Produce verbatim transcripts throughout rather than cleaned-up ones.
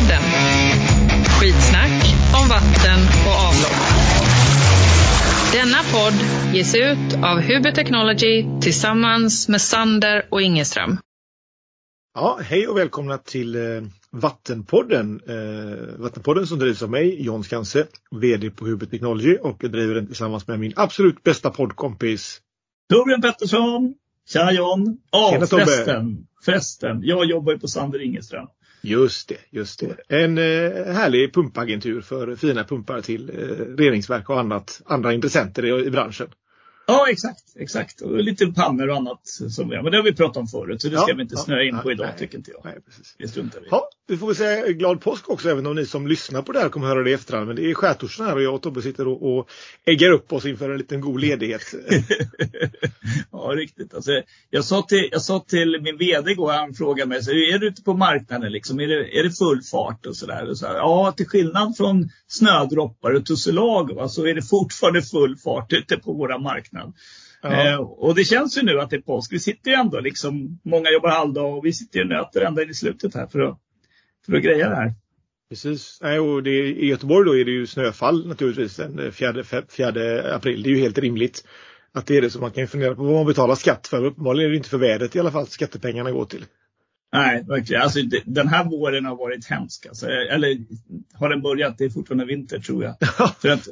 Vatten. Skitsnack om vatten och avlopp. Denna podd ges ut av Huber Technology tillsammans med Sander och Ingeström. Ja, hej och välkomna till eh, Vattenpodden. Eh, Vattenpodden som drivs av mig, John Skanse, vd på Huber Technology, och jag driver den tillsammans med min absolut bästa poddkompis Torbjörn Pettersson. Tja John. Ja, Tjena, förresten, förresten. Jag jobbar ju på Sander Ingeström. Just det, just det. En eh, härlig pumpagentur för fina pumpar till eh, reningsverk och annat, andra intressenter i, i branschen. Ja, exakt, exakt. Och lite pannor och annat som vi har. Men det har vi pratat om förut, så det ska ja, vi inte ja, snöa in på nej, idag, nej, tycker inte jag. Nej, precis. Det struntar vi. Ja, vi får väl säga glad påsk också, även om ni som lyssnar på det här kommer höra det i efterhand. Men det är skärtorsdagen här och jag och Tobbe sitter och, och äggar upp oss inför en liten god ledighet. Ja, riktigt. Alltså, jag, sa till, jag sa till min vd igår, han frågade mig, så är du ute på marknaden liksom? Är det, är det full fart och sådär? Och så här, ja, till skillnad från snödroppar och tusselag, va, så är det fortfarande full fart ute på våra marknad. Ja. Eh, och det känns ju nu att det är påsk. Vi sitter ju ändå liksom, många jobbar halvdag och vi sitter ju och nöter ända in i slutet här för att, för att greja det här. Precis. Nej, och det, i Göteborg då är det ju snöfall naturligtvis den fjärde april. Det är ju helt rimligt att det är det, som man kan fundera på vad man betalar skatt för. Uppenbarligen är det inte för vädret i alla fall skattepengarna går till. Nej, verkligen. Alltså, det, den här våren har varit hemsk. Alltså, eller har den börjat? Det är fortfarande vinter, tror jag. För att...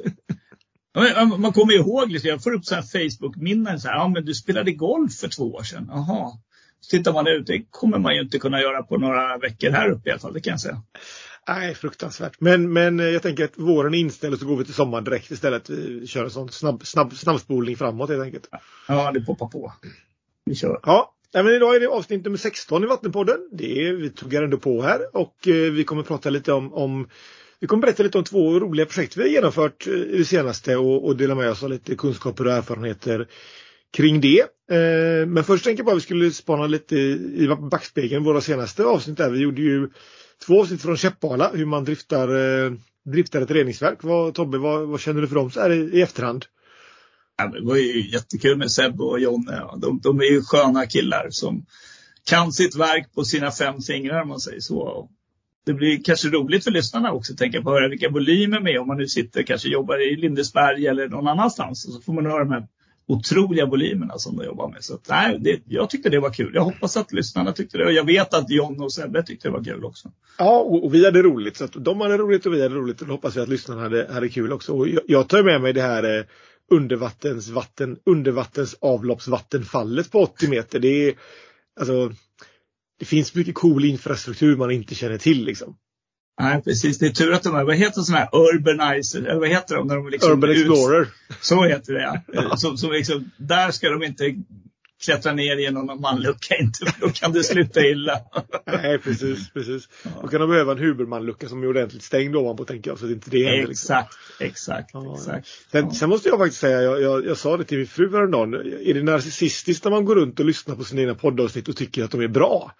Man kommer ihåg, liksom, jag får upp så här Facebook-minnen, så här, ja men du spelade golf för två år sedan, jaha. Så tittar man ut, det kommer man ju inte kunna göra på några veckor här uppe i alla fall, det kan jag säga. Nej, fruktansvärt. Men, men jag tänker att våren är inställd och så går vi till sommar direkt istället. Vi kör en sån snabb, snabb, snabbspolning framåt helt enkelt. Ja, det poppar på. Vi kör. Ja, men idag är det avsnitt nummer sexton i Vattenpodden. Det är, vi tog ändå på här och eh, vi kommer prata lite om... om Vi kommer berätta lite om två roliga projekt vi har genomfört i det senaste och, och dela med oss av lite kunskaper och erfarenheter kring det. Eh, men först tänker jag bara att vi skulle spana lite i backspegeln. Våra senaste avsnitt där. Vi gjorde ju två avsnitt från Käppala, hur man driftar, eh, driftar ett reningsverk. Vad, Tobbe, vad, vad känner du för dem så här i, i efterhand? Ja, det var ju jättekul med Seb och Jonne. Ja. De, de är ju sköna killar som kan sitt verk på sina fem fingrar, om man säger så. Det blir kanske roligt för lyssnarna också att tänka på att höra vilka volymer med, om man nu sitter kanske jobbar i Lindesberg eller någon annanstans, och så får man höra de här otroliga volymerna som de jobbar med. Så att, nej, det, jag tyckte det var kul. Jag hoppas att lyssnarna tyckte det, och jag vet att John och Sebbe tyckte det var kul också. Ja, och, och vi hade roligt, så att de hade roligt och vi hade roligt, och då hoppas jag att lyssnarna hade, hade kul också. Och jag, jag tar med mig det här eh, undervattens vatten, undervattens avloppsvattenfallet på åttio meter. Det är alltså... Det finns mycket cool infrastruktur man inte känner till liksom. Nej, precis. Det är tur att de är, vad heter sådana här urbanizer, eller vad heter de? När de liksom Urban Explorer. Ut, så heter det, ja. Som, som liksom, där ska de inte klättra ner genom någon manlucka, inte, för då kan det sluta illa. Nej, precis, precis. Ja. Då kan de behöva en Hubermanlucka som är ordentligt stängd ovanpå, tänker jag, så att inte det händer. Exakt, liksom. exakt, ja, exakt. Sen, ja. sen måste jag faktiskt säga, jag, jag, jag sa det till min fru häromdagen, är det narcissistiskt när man går runt och lyssnar på sina egna poddavsnitt och tycker att de är bra?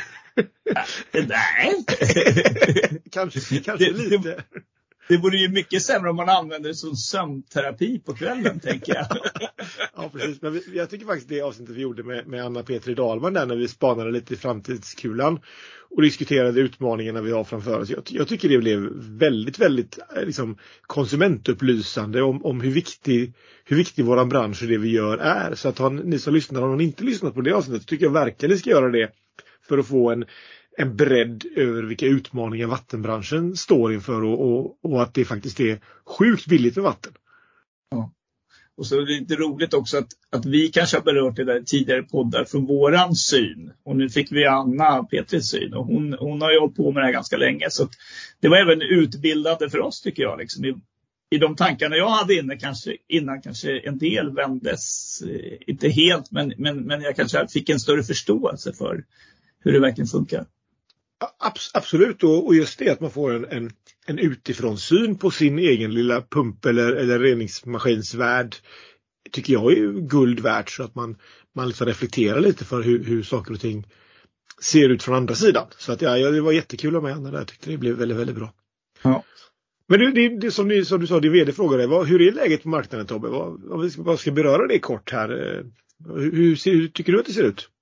Nej. kanske kanske det, lite. Det, det vore ju mycket sämre om man använder det som sömnterapi på kvällen, tänker jag. Ja, precis. Men vi, jag tycker faktiskt det avsnittet vi gjorde med, med Anna Petri Dahlman där, när vi spanade lite i framtidskulan och diskuterade utmaningarna vi har framför oss. Jag, jag tycker det blev väldigt, väldigt liksom, konsumentupplysande om, om hur viktig, hur viktig våran bransch och det vi gör är. Så att han, ni som lyssnar, om ni inte lyssnat på det avsnittet, tycker jag verkligen ska göra det för att få en en bredd över vilka utmaningar vattenbranschen står inför och, och, och att det faktiskt är sjukt billigt med vatten. Ja. Och så är det lite roligt också att, att vi kanske har berört det där tidigare poddar från våran syn. Och nu fick vi Anna Petris syn, och hon, hon har ju hållit på med det här ganska länge. Så att det var även utbildande för oss, tycker jag. Liksom. I, I de tankarna jag hade inne kanske, innan kanske en del vändes, eh, inte helt, men, men, men jag kanske fick en större förståelse för hur det verkligen funkar. Absolut, och just det att man får en, en, en utifrån syn på sin egen lilla pump eller, eller reningsmaskinsvärld tycker jag är guld värt, så att man, man liksom reflekterar lite för hur, hur saker och ting ser ut från andra sidan. Så att ja, det var jättekul att med Anna där, jag tyckte det blev väldigt, väldigt bra. Ja. Men det, det, det som, ni, som du sa, din vd frågade, vad, hur är läget på marknaden, Tobbe? Vad, vad, ska, vad ska beröra det kort här? Hur, hur, ser, hur tycker du att det ser ut?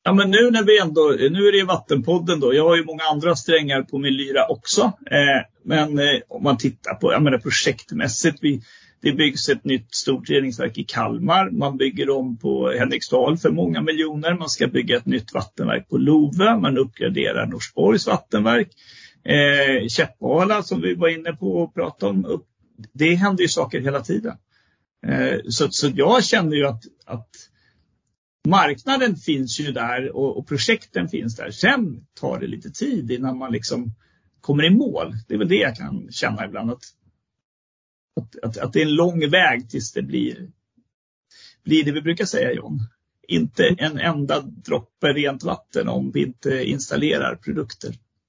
Ja, men nu när vi ändå, nu är det ju Vattenpodden då. Jag har ju många andra strängar på min lyra också. Eh, men eh, om man tittar på, jag menar projektmässigt, vi, det byggs ett nytt stort reningsverk i Kalmar. Man bygger om på Henriksdal för många miljoner. Man ska bygga ett nytt vattenverk på Love. Man uppgraderar Norsborgs vattenverk. Eh, Käppala som vi var inne på och pratade om. Upp. Det händer ju saker hela tiden. Eh, så, så jag känner ju att, att marknaden finns ju där och, och projekten finns där. Sen tar det lite tid innan man liksom kommer i mål. Det är väl det jag kan känna ibland. Att, att, att, att det är en lång väg tills det blir, blir det vi brukar säga, John. Inte en enda droppe rent vatten om vi inte installerar produkter.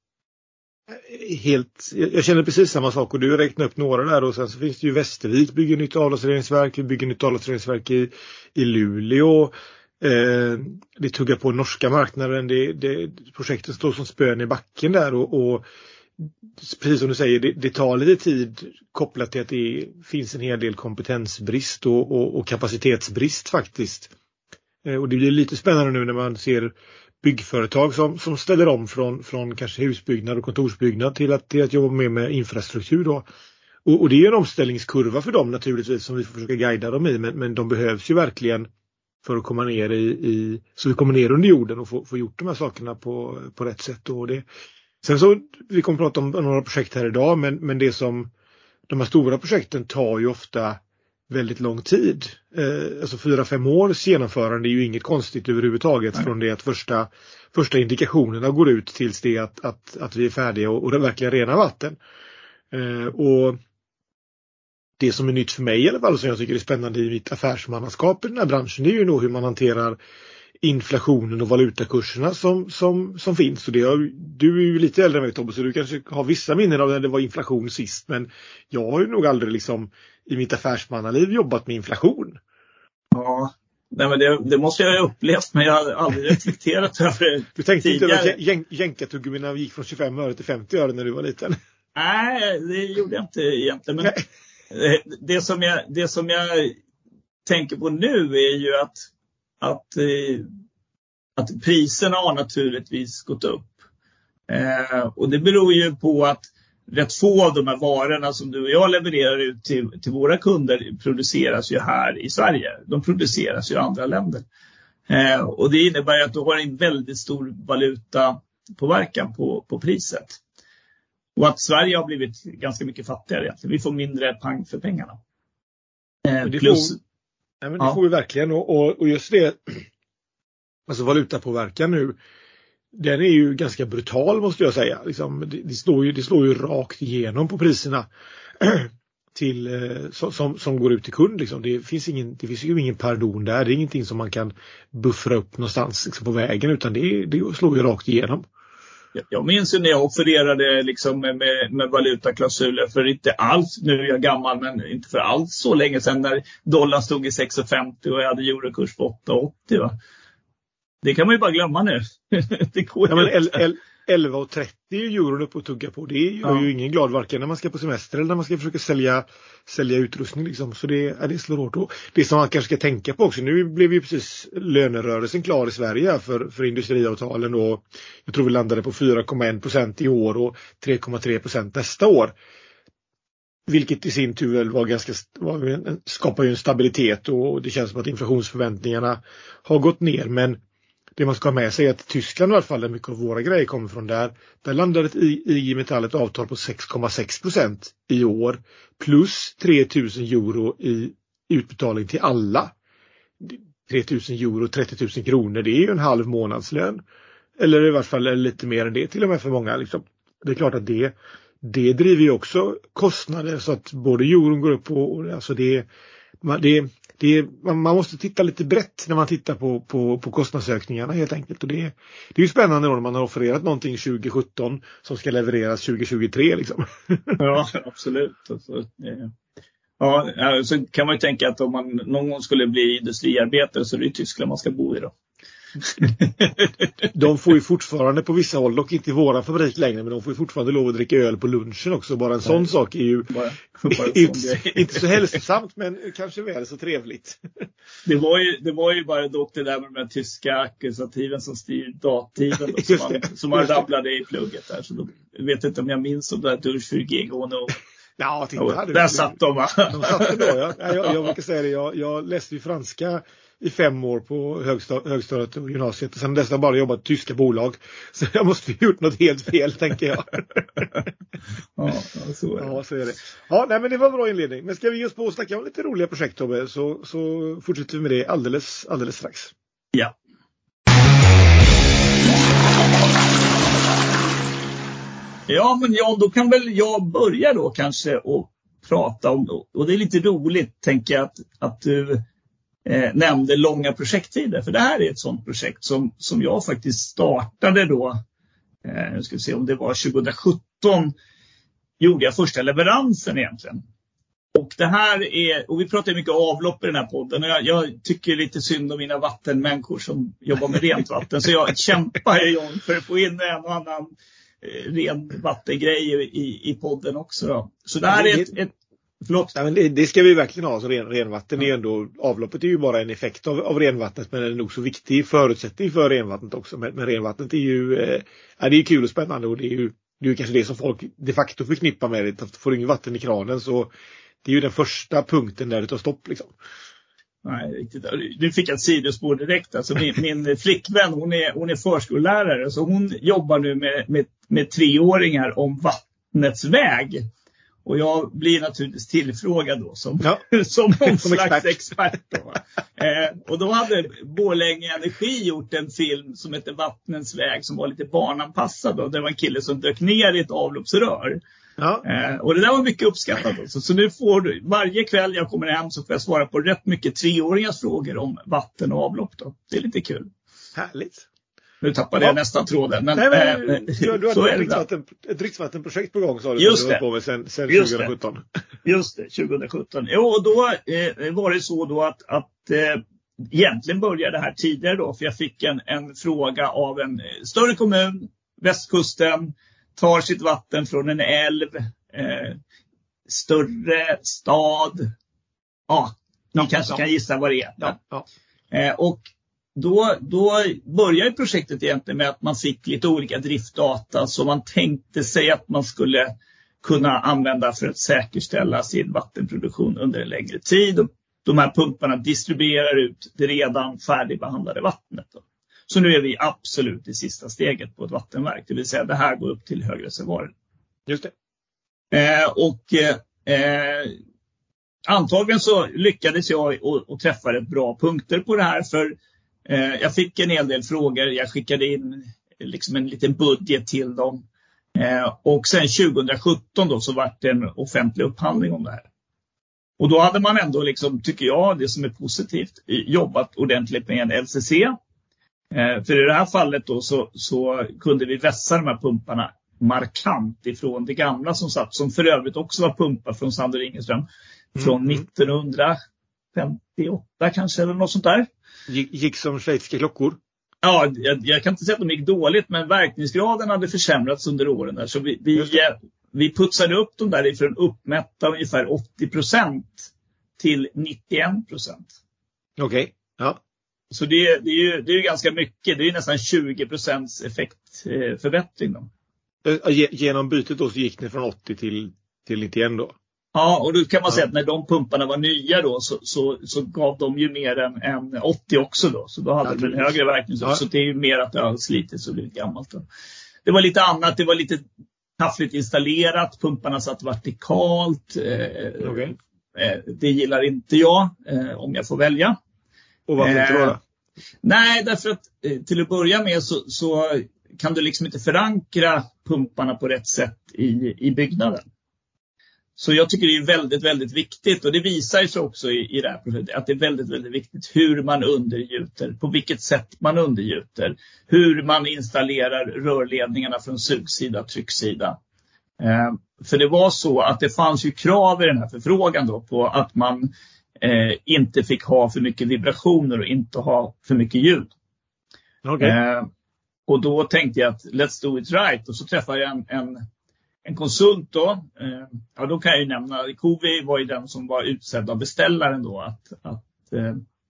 Helt, jag känner precis samma sak och du räknar upp några där och sen så finns det ju Västervik bygger nytt avloppsreningsverk, vi bygger nytt avloppsreningsverk i, i Luleå. Eh, det tuggar på norska marknaden, det, det, projektet står som spön i backen där och, och precis som du säger, det, det tar lite tid kopplat till att det finns en hel del kompetensbrist och, och, och kapacitetsbrist faktiskt. Eh, och det blir lite spännande nu när man ser byggföretag som, som ställer om från, från kanske husbyggnad och kontorsbyggnad till att, till att jobba mer med infrastruktur då. Och, och det är en omställningskurva för dem naturligtvis som vi får försöka guida dem i, men, men de behövs ju verkligen för att komma ner i, i så vi kommer ner under jorden och få, få gjort de här sakerna på, på rätt sätt. Och det, sen så, vi kommer prata om några projekt här idag, men, men det som, de här stora projekten tar ju ofta väldigt lång tid. Eh, alltså fyra, fem års genomförande är ju inget konstigt överhuvudtaget. Nej. Från det att första, första indikationerna går ut tills det att, att, att vi är färdiga och, och det verkligen rena vatten. Eh, och det som är nytt för mig i alla fall, som jag tycker är spännande i mitt affärsmannaskap i den här branschen, det är ju nog hur man hanterar inflationen och valutakurserna som, som, som finns. Och det har, du är ju lite äldre än mig, Tobbe, så du kanske har vissa minnen av när det var inflation sist, men jag har ju nog aldrig liksom i mitt affärsmannaliv jobbat med inflation. Ja, nej, men det, det måste jag ha upplevt, men jag har aldrig reflekterat över det. Du tänkte inte att jän, jänkartuggummina gick från tjugofem öre till femtio öre när du var liten? Nej, det gjorde jag inte egentligen. Men det, som jag, det som jag tänker på nu är ju att, att, att priserna har naturligtvis gått upp. Eh, och det beror ju på att rätt få av de här varorna som du och jag levererar ut till, till våra kunder produceras ju här i Sverige. De produceras ju i andra länder. Eh, och det innebär att du har en väldigt stor valutapåverkan på, på priset. Och att Sverige har blivit ganska mycket fattigare egentligen. Vi får mindre pang för pengarna. Eh, det plus, får, nej men det ja. får vi verkligen. Och, och, och just det, alltså valutapåverkan nu, den är ju ganska brutal måste jag säga. Liksom, det, det, slår ju, det slår ju rakt igenom på priserna till, som, som, som går ut till kund. Liksom. Det, finns ingen, det finns ju ingen pardon där. Det är ingenting som man kan buffra upp någonstans liksom, på vägen, utan det, det slår ju rakt igenom. Jag minns ju när jag offererade liksom med, med, med valutaklausuler för inte alls, nu är jag gammal men inte för alls så länge sedan när dollarn stod i sex femtio och jag hade eurokurs på åtta åttio va. Det kan man ju bara glömma nu. Det går ja, men elva trettio är euron upp och tugga på. Det är ju, ja. ju ingen glad varken när man ska på semester eller när man ska försöka sälja, sälja utrustning. Liksom. Så det, ja, det slår hårt. Och det som man kanske ska tänka på också. Nu blev ju precis lönerörelsen klar i Sverige för, för industriavtalen. Och jag tror vi landade på fyra komma en procent i år och tre komma tre procent nästa år. Vilket i sin tur var ganska, var, skapar ju en stabilitet och det känns som att inflationsförväntningarna har gått ner. Men det man ska ha med sig är att Tyskland i alla fall, där mycket av våra grejer kommer från där, där landade I G Metall ett avtal på sex komma sex procent i år plus tre tusen euro i utbetalning till alla. tre tusen euro, trettio tusen kronor, det är ju en halv månadslön. Eller i alla fall lite mer än det till och med för många. Liksom. Det är klart att det, det driver ju också kostnader så att både euron går upp och, och alltså det, det Det är, man måste titta lite brett när man tittar på, på, på kostnadsökningarna helt enkelt. Och det, det är ju spännande då när man har offererat någonting tjugo sjutton som ska levereras tjugo tjugotre. Liksom. Ja, absolut. Alltså, ja, så kan man ju tänka att om man någon gång skulle bli industriarbetare så är det i Tyskland man ska bo i då. De får ju fortfarande på vissa håll, dock inte i våra fabrik längre, men de får ju fortfarande lov att dricka öl på lunchen också. Bara en sån Nej. sak är ju bara, bara inte, inte så hälsosamt, men kanske väl så trevligt. Det var ju, det var ju bara dock det där med de här tyska akusativen som styr dativen då, som, man, som man rabblade i plugget där. Så då, jag vet inte om jag minns om det där Durch för G gående och ja, titta, och, där satt de va? De satt då, ja. Jag, jag brukar säga det, jag, jag läste ju franska i fem år på högstad, högstadiet och gymnasiet. Och sen dess har jag bara jobbat i tyska bolag. Så jag måste ha gjort något helt fel, tänker jag. Ja, så är det. Ja, så är det. Ja, nej, men det var en bra inledning. Men ska vi just på och snacka om lite roliga projekt, Tobbe, så, så fortsätter vi med det alldeles, alldeles strax. Ja. Ja, men ja, då kan väl jag börja då kanske och prata om, och det är lite roligt, tänker jag, att, att du eh, nämnde långa projekttider. För det här är ett sånt projekt som, som jag faktiskt startade då, eh, jag ska se om det var tjugosjutton, gjorde jag första leveransen egentligen. Och det här är, och vi pratar mycket avlopp i den här podden, och jag, jag tycker lite synd om mina vattenmänniskor som jobbar med rent vatten. Så jag kämpar ju John för att få in en och annan ren vattengrej i, i podden också då. Så det här är ett, ett förlåt. Ja, men det, det ska vi verkligen ha. Så ren, renvatten är ändå, avloppet är ju bara en effekt av, av renvattnet, men det är nog så viktig förutsättning för renvattnet också. Men, men renvattnet är ju, eh, är det är kul och spännande, och det är ju, det är ju kanske det som folk de facto förknippar med det. Att får ingen vatten i kranen, så det är ju den första punkten där det tar stopp liksom. Nej, riktigt. Nu fick jag ett sidospår direkt. Alltså min, min flickvän, hon är, hon är förskollärare, så hon jobbar nu med, med, med treåringar om vattnets väg. Och jag blir naturligtvis tillfrågad då som, ja. som någon som slags expert. expert då. eh, och då hade Borlänge Energi gjort en film som heter Vattnets väg, som var lite barnanpassad. Då. Det var en kille som dök ner i ett avloppsrör. Ja. Eh, och det där var mycket uppskattat också. Så nu får du, varje kväll jag kommer hem så får jag svara på rätt mycket treåringars frågor om vatten och avlopp då. Det är lite kul. Härligt. Nu tappade ja. jag nästan tråden. Men, Nej, men äh, du, du hade ett, dricksvatten, ett dricksvattenprojekt på gång, sa du. Just det. På med sen, sen Just tjugosjutton. Det. Just det, tjugosjutton. Jo, och då eh, var det så då att, att eh, egentligen började det här tidigare då. För jag fick en, en fråga av en större kommun, västkusten, tar sitt vatten från en älv, eh, större stad. Ja, ni ja, kanske ja. kan gissa vad det är. Ja, ja. Eh, och då, då började projektet egentligen med att man fick lite olika driftdata som man tänkte sig att man skulle kunna använda för att säkerställa sin vattenproduktion under en längre tid. Och de här pumparna distribuerar ut det redan färdigbehandlade vattnet då. Så nu är vi absolut i sista steget på ett vattenverk. Det vill säga det här går upp till högreservoaren. Just det. Eh, och eh, antagligen så lyckades jag och, och träffa rätt bra punkter på det här. För eh, jag fick en hel del frågor. Jag skickade in liksom en liten budget till dem. Eh, och sen tjugosjutton då så var det en offentlig upphandling om det här. Och då hade man ändå liksom, tycker jag, det som är positivt, jobbat ordentligt med en L C C. Eh, för i det här fallet då så, så kunde vi vässa de här pumparna markant ifrån det gamla som satt, som för övrigt också var pumpar från Sander Ingeström mm. från nittonhundrafemtioåtta kanske eller något sånt där. Gick, gick som schweiziska klockor? Ja, jag, jag kan inte säga att de gick dåligt, men verkningsgraden hade försämrats under åren där. Så vi, vi, vi putsade upp dem där ifrån uppmätta ungefär åttio procent till nittioen procent. Okej, okay. Ja. Så det, det, är ju, det är ju ganska mycket. Det är ju nästan tjugo procents effektförbättring då. Genom bytet då så gick ni från åttio till, till nittioen då? Ja, och då kan man ja. säga att när de pumparna var nya då så, så, så gav de ju mer än, än åttio också då. Så då hade ja, de en högre verkning. Ja. Så det är ju mer att det har slitits och blivit gammalt då. Det var lite annat, det var lite taffligt installerat. Pumparna satt vertikalt. Eh, okay. eh, det gillar inte jag eh, om jag får välja. Och varför inte eh, Nej, därför att eh, till att börja med så, så kan du liksom inte förankra pumparna på rätt sätt i, i byggnaden. Så jag tycker det är väldigt, väldigt viktigt, och det visar sig också i, i det här projektet att det är väldigt, väldigt viktigt hur man undergjuter, på vilket sätt man undergjuter, hur man installerar rörledningarna från sugsida, trycksida. Eh, för det var så att det fanns ju krav i den här förfrågan då på att man eh, inte fick ha för mycket vibrationer och inte ha för mycket ljud. Okay. Eh, och då tänkte jag att let's do it right. Och så träffade jag en, en, en konsult då. Eh, ja, då kan jag ju nämna, Cowi var ju den som var utsedd av beställaren då att, att, eh,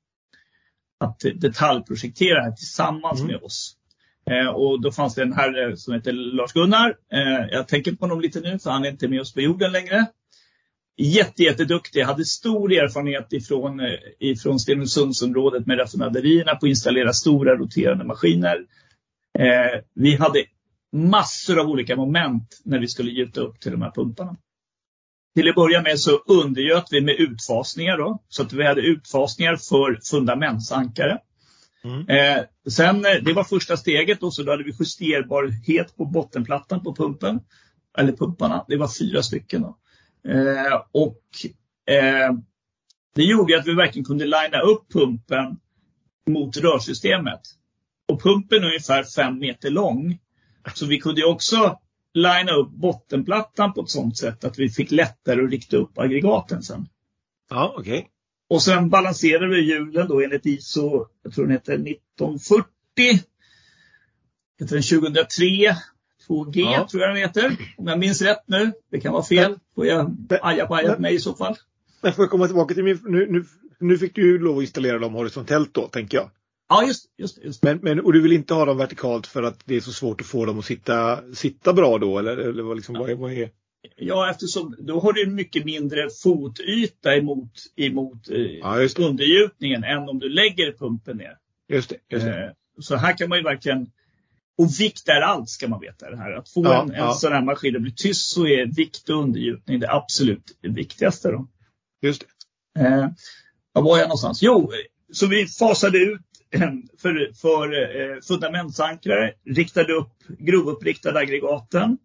att detaljprojektera här tillsammans mm. med oss. Eh, och då fanns det en herre som heter Lars-Gunnar. Eh, jag tänker på honom lite nu för han är inte med oss på jorden längre. Jätte, jätteduktig. Hade stor erfarenhet ifrån, ifrån Stenungsundsområdet med raffinaderierna på att installera stora roterande maskiner. Eh, vi hade massor av olika moment när vi skulle gjuta upp till de här pumparna. Till att börja med så undergöt vi med utfasningar då. Så att vi hade utfasningar för fundamentsankare. Mm. Eh, sen, det var första steget och så då hade vi justerbarhet på bottenplattan på pumpen. Eller pumparna. Det var fyra stycken då. Eh, och eh, det gjorde att vi verkligen kunde linea upp pumpen mot rörsystemet. Och pumpen är ungefär fem meter lång. Så vi kunde också linea upp bottenplattan på ett sånt sätt att vi fick lättare att rikta upp aggregaten sen. Ja, okej. Okay. Och sen balanserade vi hjulen då enligt I S O, jag tror den heter nitton fyrtio. Heter den tjugohundratre. två G ja. Tror jag den heter. Om jag minns rätt nu. Det kan vara fel. Får jag aja på aja på mig i så fall. Men får jag komma tillbaka till min... Nu, nu, nu fick du ju lov att installera dem horisontellt då, tänker jag. Ja, just, just, just. Men, men, och du vill inte ha dem vertikalt för att det är så svårt att få dem att sitta, sitta bra då? Eller, eller vad, liksom, ja. vad, är, vad är... Ja, eftersom då har du en mycket mindre fotyta emot, emot ja, undergjutningen än om du lägger pumpen ner. Just det, just det. Så här kan man ju verkligen... Och vikt är allt, ska man veta det här. Att få ja, en, en ja. sån här maskin att bli tyst så är vikt och undergjutning det absolut viktigaste då. Just det. Eh, var var jag någonstans? Jo, så vi fasade ut för, för eh, fundamentsankrare, riktade upp grovuppriktade aggregaten,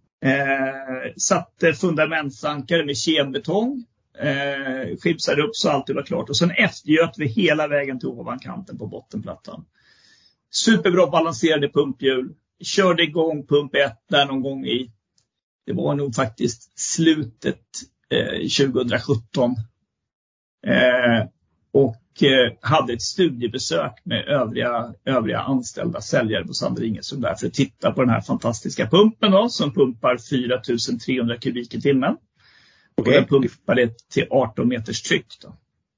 eh, satte fundamentsankare med kembetong, eh, skipsade upp så allt det var klart. Och sen eftergöt vi hela vägen till ovankanten på bottenplattan. Superbra balanserade pumphjul. Körde igång pump ett där någon gång i, det var nog faktiskt slutet eh, tjugosjutton. Eh, och eh, hade ett studiebesök med övriga, övriga anställda säljare på Sander Ingeström där för att titta på den här fantastiska pumpen då, som pumpar fyra tusen trehundra kubik i timmen. Och okay. Den pumpar det till arton meters tryck då.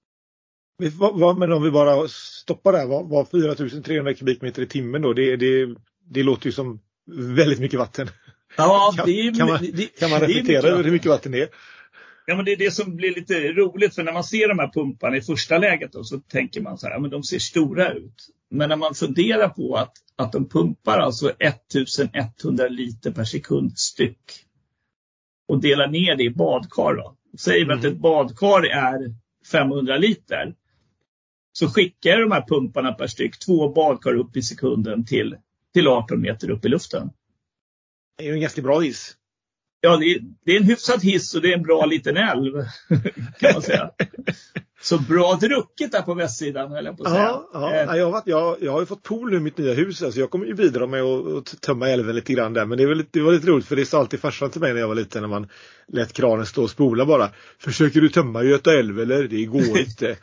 Vad, vad, men om vi bara stoppar där, vad, vad fyra tusen trehundra kubikmeter i timmen då? Det, det, det låter ju som väldigt mycket vatten. Ja, det är, kan, man, det, kan man reflektera över hur mycket vatten det är? Ja, men det är det som blir lite roligt, för när man ser de här pumparna i första läget då, så tänker man så här, ja, men de ser stora ut. Men när man funderar på att, att de pumpar alltså ettusenetthundra liter per sekund styck och delar ner det i badkar då. Säger vi mm. att ett badkar är femhundra liter. Så skickar de här pumparna per styck två badkar upp i sekunden till, till arton meter upp i luften. Det är ju en ganska bra hiss. Ja, det är, det är en hyfsad hiss och det är en bra liten älv, kan man säga. Så bra druckit där på västsidan, höll jag på att säga. Ja, ja. Jag, har varit, jag, jag har ju fått pool nu i mitt nya hus, så alltså jag kommer ju bidra med att, att tömma älven lite grann där. Men det, är väl, det var lite roligt, för det sa alltid farsan till mig när jag var liten, när man lät kranen stå och spola bara. Försöker du tömma Göta älv eller? Det går inte.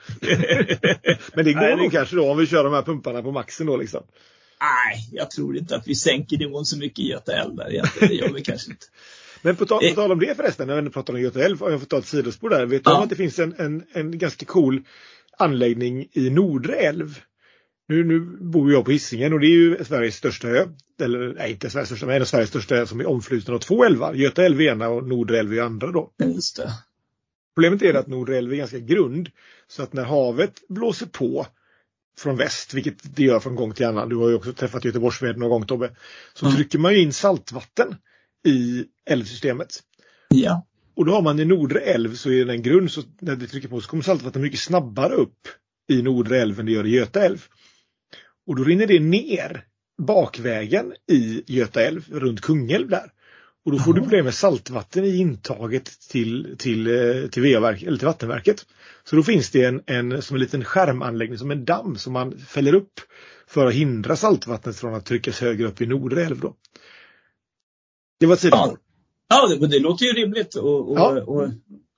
Men det går Nej, nog det... kanske då om vi kör de här pumparna på maxen då liksom. Nej, jag tror inte att vi sänker nivån så mycket i Göta älv där egentligen. Det gör vi kanske inte. Men på tal, på tal om det förresten, när vi pratar om Göta älv, har jag fått ta ett sidospår där. Vet du ja. om att det finns en, en, en ganska cool anläggning i Nordre älv? Nu, nu bor jag på Hisingen och det är ju Sveriges största ö. Eller nej, inte Sveriges största, men en av Sveriges största ö som är omfluten av två älvar. Göta älv är ena och Nordre älv är andra då. Just det. Problemet är att Nordre älv är ganska grund. Så att när havet blåser på från väst, vilket det gör från gång till annan. Du har ju också träffat Göteborgsved någon gång, Tobbe. Så mm. trycker man ju in saltvatten i älvsystemet. Ja. Och då har man i Nordre älv, så är den grund, så när det trycker på så kommer saltvatten mycket snabbare upp i Nordre älv än det gör i Göta älv. Och då rinner det ner bakvägen i Göta älv, runt Kungälv där. Och då får Aha. du problem med saltvatten i intaget till, till, till, V A-verk, eller till vattenverket. Så då finns det en, en, som en liten skärmanläggning, som en damm som man fäller upp för att hindra saltvattnet från att tryckas högre upp i Nordre älv då. Det var tiden. Ja, ja det, det låter ju rimligt. Och, och, ja. och,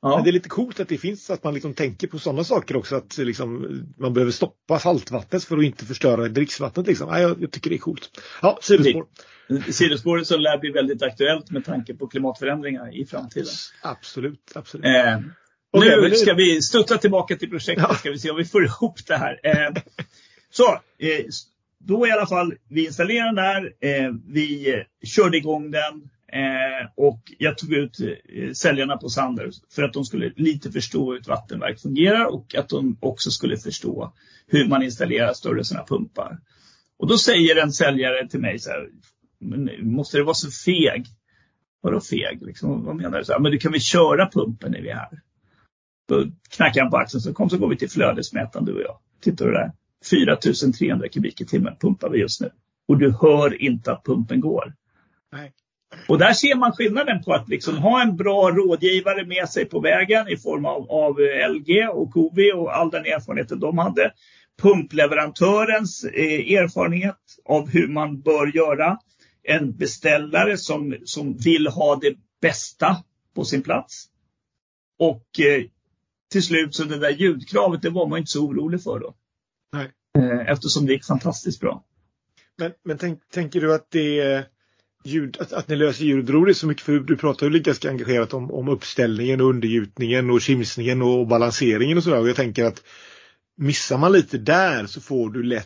Ja. Men det är lite coolt att det finns, att man liksom tänker på sådana saker också, att liksom, man behöver stoppa saltvattnet för att inte förstöra dricksvattnet. Liksom. Ja, jag, jag tycker det är coolt. Ja, sidospår. Sidospåret som lär bli väldigt aktuellt med tanke på klimatförändringar i framtiden. Absolut, absolut. Eh, okay, nu ska vi studsa tillbaka till projektet, ja. Ska vi se om vi får ihop det här. Eh, så, eh, då i alla fall, vi installerade den här, eh, vi eh, körde igång den. Eh, och jag tog ut eh, säljarna på Sander för att de skulle lite förstå hur ett vattenverk fungerar och att de också skulle förstå hur man installerar större sådana pumpar. Och då säger en säljare till mig så här, men måste det vara så feg? Vadå feg? Liksom, vad menar du? Så här, men du kan väl köra pumpen när vi är här? Då knackar han på axeln, så kom så går vi till flödesmätaren du och jag. Tittar du där? fyra tusen trehundra kubik i timmen pumpar vi just nu. Och du hör inte att pumpen går. Nej. Och där ser man skillnaden på att liksom ha en bra rådgivare med sig på vägen i form av, av L G och K V och all den erfarenheten de hade. Pumpleverantörens eh, erfarenhet av hur man bör göra. En beställare som, som vill ha det bästa på sin plats. Och eh, till slut så det där ljudkravet, det var man inte så orolig för då. Nej. Eh, eftersom det gick fantastiskt bra. Men, men tänk, tänker du att det ljud, att, att ni löser ljudbro det så mycket, för du pratar ju ganska engagerat om, om uppställningen och undergjutningen och kimsningen och balanseringen och sådär. Och jag tänker att missar man lite där så får du lätt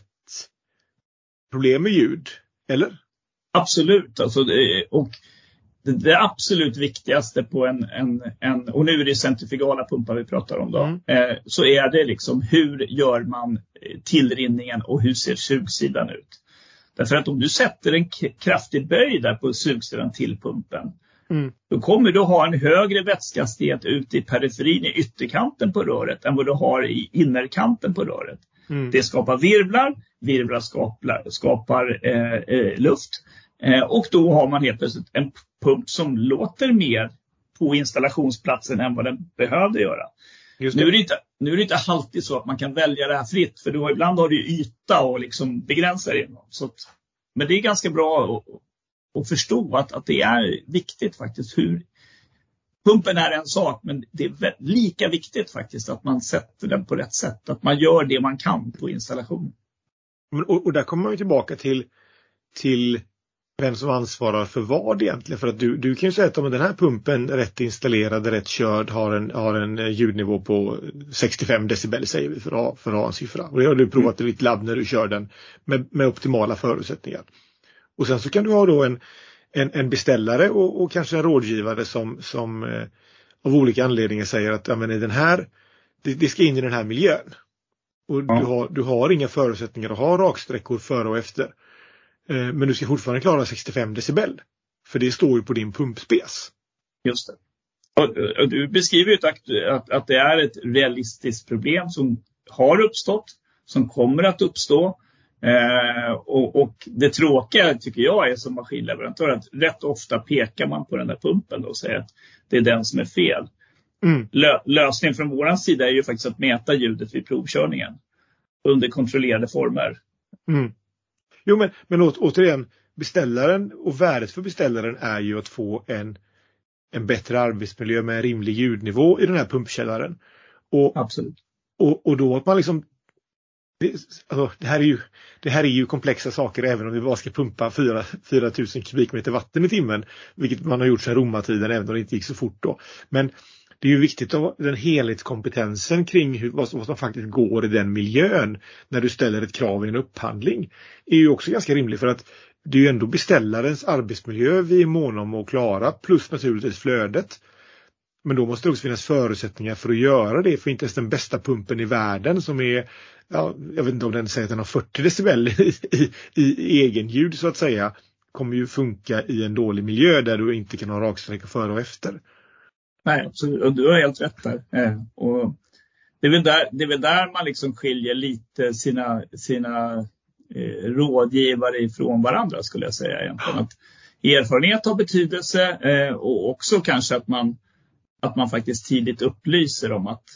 problem med ljud, eller? Absolut, alltså det, och det, det absolut viktigaste på en, en, en, och nu är det centrifugala pumpar vi pratar om då, mm. eh, så är det liksom hur gör man tillrinningen och hur ser sugsidan ut. Därför att om du sätter en k- kraftig böj där på sugsidan till pumpen, mm. då kommer du ha en högre vätskehastighet ut i periferin i ytterkanten på röret än vad du har i innerkanten på röret. Mm. Det skapar virvlar, virvlar skapar, skapar eh, eh, luft eh, och då har man helt plötsligt en pump som låter mer på installationsplatsen än vad den behövde göra. Just det. Nu är det inte, nu är det inte alltid så att man kan välja det här fritt, för då ibland har du yta och liksom begränsar det. Så att, men det är ganska bra att, att förstå att, att det är viktigt faktiskt hur pumpen är en sak, men det är lika viktigt faktiskt att man sätter den på rätt sätt, att man gör det man kan på installation. Och, och där kommer man ju tillbaka till, till vem som ansvarar för vad egentligen. För att du, du kan ju säga att om den här pumpen rätt installerad, rätt körd, har en, har en ljudnivå på sextiofem decibel säger vi för att ha, för att ha en siffra. Och det har du provat mm. i ditt labb när du kör den med, med optimala förutsättningar. Och sen så kan du ha då en, en, en beställare och, och kanske en rådgivare som, som eh, av olika anledningar säger att ja, men den här, det, det ska in i den här miljön. Och ja. du, har, du har inga förutsättningar att ha raksträckor före och efter. Men du ska fortfarande klara sextiofem decibel. För det står ju på din pumpspes. Just det. Och, och du beskriver ju att, att, att det är ett realistiskt problem som har uppstått. Som kommer att uppstå. Eh, och, och det tråkiga tycker jag är som maskinleverantör att rätt ofta pekar man på den där pumpen och säger att det är den som är fel. Mm. Lö, lösningen från våran sida är ju faktiskt att mäta ljudet vid provkörningen. Under kontrollerade former. Mm. Jo, men, men å, återigen, beställaren och värdet för beställaren är ju att få en, en bättre arbetsmiljö med en rimlig ljudnivå i den här pumpkällaren. Och, Absolut. Och, och då att man liksom, det, alltså, det, här är ju, det här är ju komplexa saker även om vi bara ska pumpa fyra tusen kubikmeter vatten i timmen, vilket man har gjort sedan romartiden även om det inte gick så fort då. Men det är ju viktigt att den helhetskompetensen kring hur, vad, vad som faktiskt går i den miljön när du ställer ett krav i en upphandling är ju också ganska rimligt, för att det är ju ändå beställarens arbetsmiljö vi är måna om att klara, plus naturligtvis flödet. Men då måste det också finnas förutsättningar för att göra det, för inte ens den bästa pumpen i världen som är, ja, jag vet inte om den säger att den har fyrtio decibel i, i, i egen ljud så att säga, kommer ju funka i en dålig miljö där du inte kan ha raksträckor före och efter. Nej, absolut. Och du har helt rätt där. Eh, och det är väl där, det är väl där man liksom skiljer lite sina, sina eh, rådgivare ifrån varandra, skulle jag säga egentligen. Att erfarenhet har betydelse eh, och också kanske att man, att man faktiskt tidigt upplyser om att,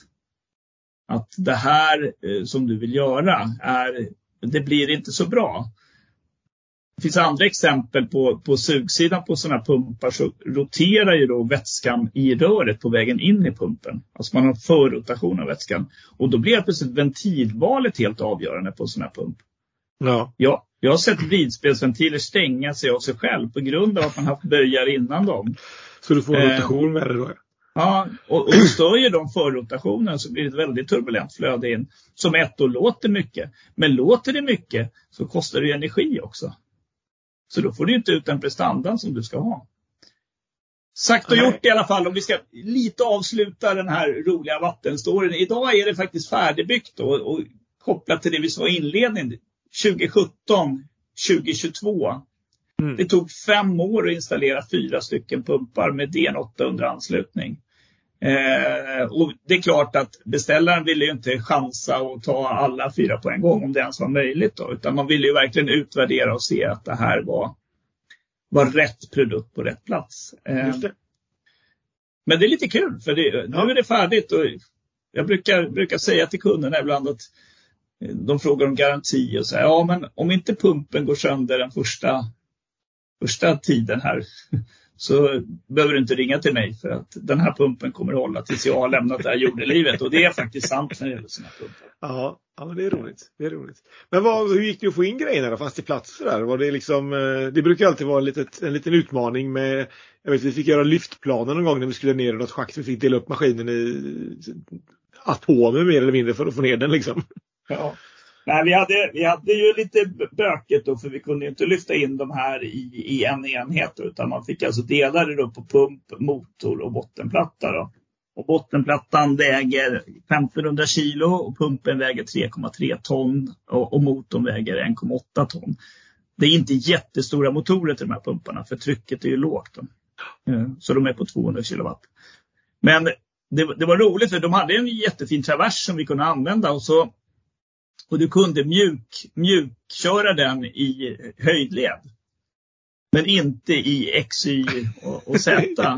att det här eh, som du vill göra är, det blir inte så bra. Det finns andra exempel på, på sugsidan på sådana pumpar, så roterar ju då vätskan i röret på vägen in i pumpen. Alltså man har förrotation av vätskan. Och då blir plötsligt ventilvalet helt avgörande på en sån här pump. Ja. Ja, jag har sett vridspelsventiler stänga sig av sig själv på grund av att man haft böjar innan dem. Så du får en rotation eh, med det då? Ja, och, och stör ju de förrotationen så blir det ett väldigt turbulent flöde in. Som ett då låter mycket. Men låter det mycket så kostar det ju energi också. Så då får du inte ut den prestandan som du ska ha. Sagt och gjort i alla fall, om vi ska lite avsluta den här roliga vattenstoryn. Idag är det faktiskt färdigbyggt då, och kopplat till det vi sa i inledningen. tjugo sjutton tjugo tjugotvå. Mm. Det tog fem år att installera fyra stycken pumpar med D N åttahundra anslutning. Eh, och det är klart att beställaren ville ju inte chansa och ta alla fyra på en gång om det ens var möjligt då, utan man ville ju verkligen utvärdera och se att det här var, var rätt produkt på rätt plats. Eh, Just det. Men det är lite kul för det, nu är det färdigt, och jag brukar, brukar säga till kunderna ibland att de frågar om garanti och säger ja, men om inte pumpen går sönder den första, första tiden här så behöver du inte ringa till mig, för att den här pumpen kommer att hålla tills jag har lämnat det här jordelivet. Och det är faktiskt sant när det gäller såna pumpar. Ja, ja, men det är roligt. Det är roligt. Men vad, hur gick det att få in grejerna då? Fanns det plats för det där? Var det liksom, det brukar alltid vara en, litet, en liten utmaning med, jag vet vi fick göra lyftplanen någon gång när vi skulle ner i något schakt. Vi fick dela upp maskinen i atomer mer eller mindre för att få ner den liksom. Ja. Nej, vi hade, vi hade ju lite böket då, för vi kunde inte lyfta in de här i, i en enhet, utan man fick alltså dela det då på pump, motor och bottenplatta då. Och bottenplattan väger femtonhundra kilo och pumpen väger tre komma tre ton och, och motorn väger en komma åtta ton. Det är inte jättestora motorer till de här pumparna, för trycket är ju lågt då. Så de är på tvåhundra kilowatt. Men det, det var roligt, för de hade en jättefin travers som vi kunde använda, och så Och du kunde mjuk, mjukköra den i höjdled. Men inte i X, Y och, och Z.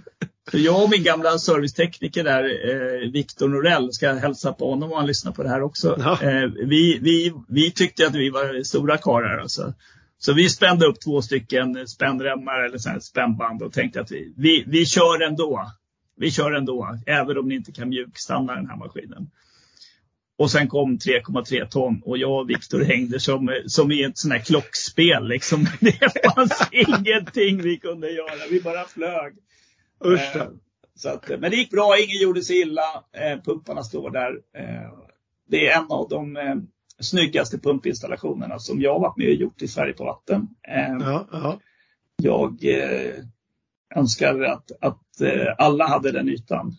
Så jag och min gamla servicetekniker där, eh, Viktor Norell, ska hälsa på honom och han lyssnar på det här också. Ja. Eh, vi, vi, vi tyckte att vi var stora karlar alltså. Så vi spände upp två stycken spännremmar eller så här spännband och tänkte att vi, vi, vi kör ändå. Vi kör ändå, även om ni inte kan mjukstanna den här maskinen. Och sen kom tre komma tre ton och jag och Viktor hängde som, som i ett sån här klockspel. Liksom. Det fanns ingenting vi kunde göra, vi bara flög. Usch. Eh, så att, men det gick bra, ingen gjorde sig illa. Eh, pumparna står där. Eh, det är en av de eh, snyggaste pumpinstallationerna som jag har varit med och gjort i Sverige på vatten. Eh, ja, ja. Jag eh, önskar att, att eh, alla hade den ytan.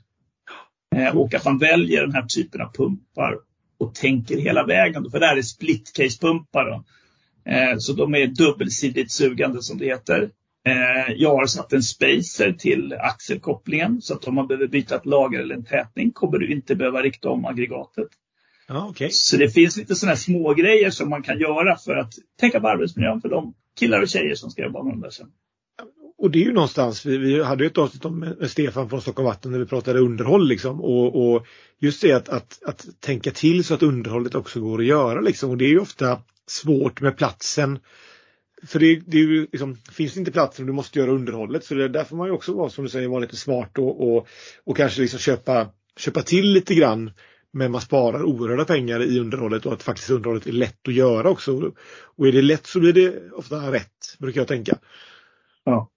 Eh, och att man väljer den här typen av pumpar och tänker hela vägen. För det här är split case pumpar då. Eh, så de är dubbelsidigt sugande som det heter. Eh, jag har satt en spacer till axelkopplingen. Så att om man behöver byta ett lager eller en tätning kommer du inte behöva rikta om aggregatet. Ja, okay. Så det finns lite sådana här små grejer som man kan göra för att tänka på arbetsmiljön för de killar och tjejer som ska jobba med dem där sen. Och det är ju någonstans, vi, vi hade ju ett avsnitt om med Stefan från Stockholm Vatten när vi pratade underhåll liksom. Och, och just det att, att, att tänka till så att underhållet också går att göra liksom. Och det är ju ofta svårt med platsen. För det, det är ju liksom, finns inte platsen och du måste göra underhållet. Så det, där får man ju också vara, som du säger, vara lite smart och, och, och kanske liksom köpa, köpa till lite grann. Men man sparar oerhörda pengar i underhållet och att faktiskt underhållet är lätt att göra också. Och är det lätt så blir det ofta rätt, brukar jag tänka. Ja.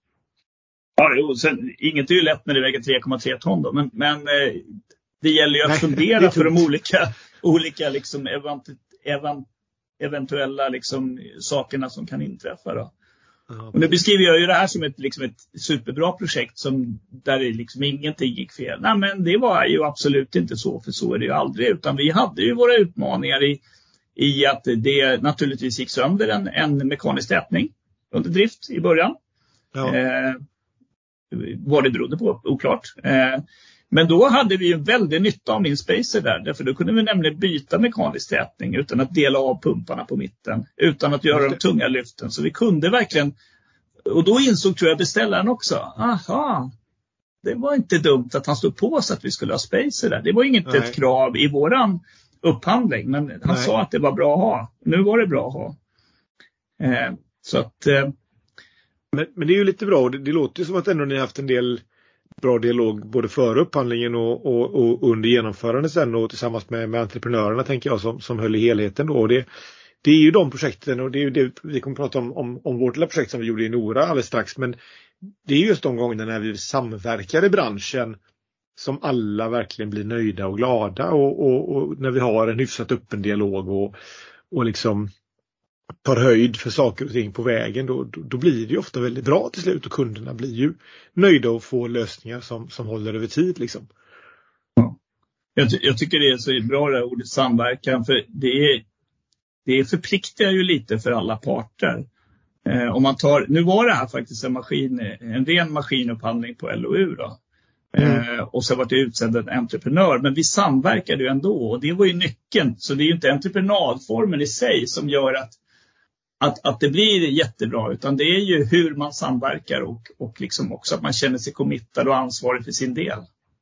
Ja, jo, sen, inget är ju lätt när det väger tre komma tre ton då, men, men eh, det gäller ju att Nej, fundera för de olika, olika liksom, event, event, eventuella liksom, sakerna som kan inträffa då. Ja, och nu beskriver jag ju det här som ett, liksom ett superbra projekt som, där det liksom ingenting gick fel. Nej, men det var ju absolut inte så, för så är det ju aldrig, utan vi hade ju våra utmaningar i, i att det naturligtvis gick sönder en, en mekanisk tätning under drift i början. Ja. Eh, vad det berodde på, oklart. Eh, men då hade vi ju väldigt nytta av min spacer där. Därför då kunde vi nämligen byta mekanisk tätning utan att dela av pumparna på mitten. Utan att göra de tunga lyften. Så vi kunde verkligen, och då insåg tror jag beställaren också. Aha, det var inte dumt att han stod på så att vi skulle ha spacer där. Det var inget Nej. ett krav i våran upphandling. Men han Nej. sa att det var bra att ha. Nu var det bra att ha. Eh, Så att... Eh... Men, men det är ju lite bra. Det, det låter ju som att ändå ni har haft en del bra dialog både före upphandlingen och, och, och under genomförandet sen och tillsammans med, med entreprenörerna tänker jag som, som höll i helheten då. Och det, det är ju de projekten och det är ju det vi kommer prata om, om, om vårt lilla projekt som vi gjorde i Nora alldeles strax. Men det är just de gångerna när vi samverkar i branschen som alla verkligen blir nöjda och glada och, och, och när vi har en hyfsat öppen dialog och, och liksom tar höjd för saker och ting på vägen, då, då, då blir det ju ofta väldigt bra till slut och kunderna blir ju nöjda och får lösningar som, som håller över tid liksom. Ja. Jag, ty- jag tycker det är så bra det här ordet samverkan, för det, är, det förpliktar ju lite för alla parter. Eh, om man tar, nu var det här faktiskt en, maskin, en ren maskinupphandling på L O U då. Mm. Eh, och så var det utsedd en entreprenör, men vi samverkade ju ändå och det var ju nyckeln. Så det är ju inte entreprenadformen i sig som gör att Att, att det blir jättebra, utan det är ju hur man samverkar och, och liksom också att man känner sig committad och ansvarig för sin del.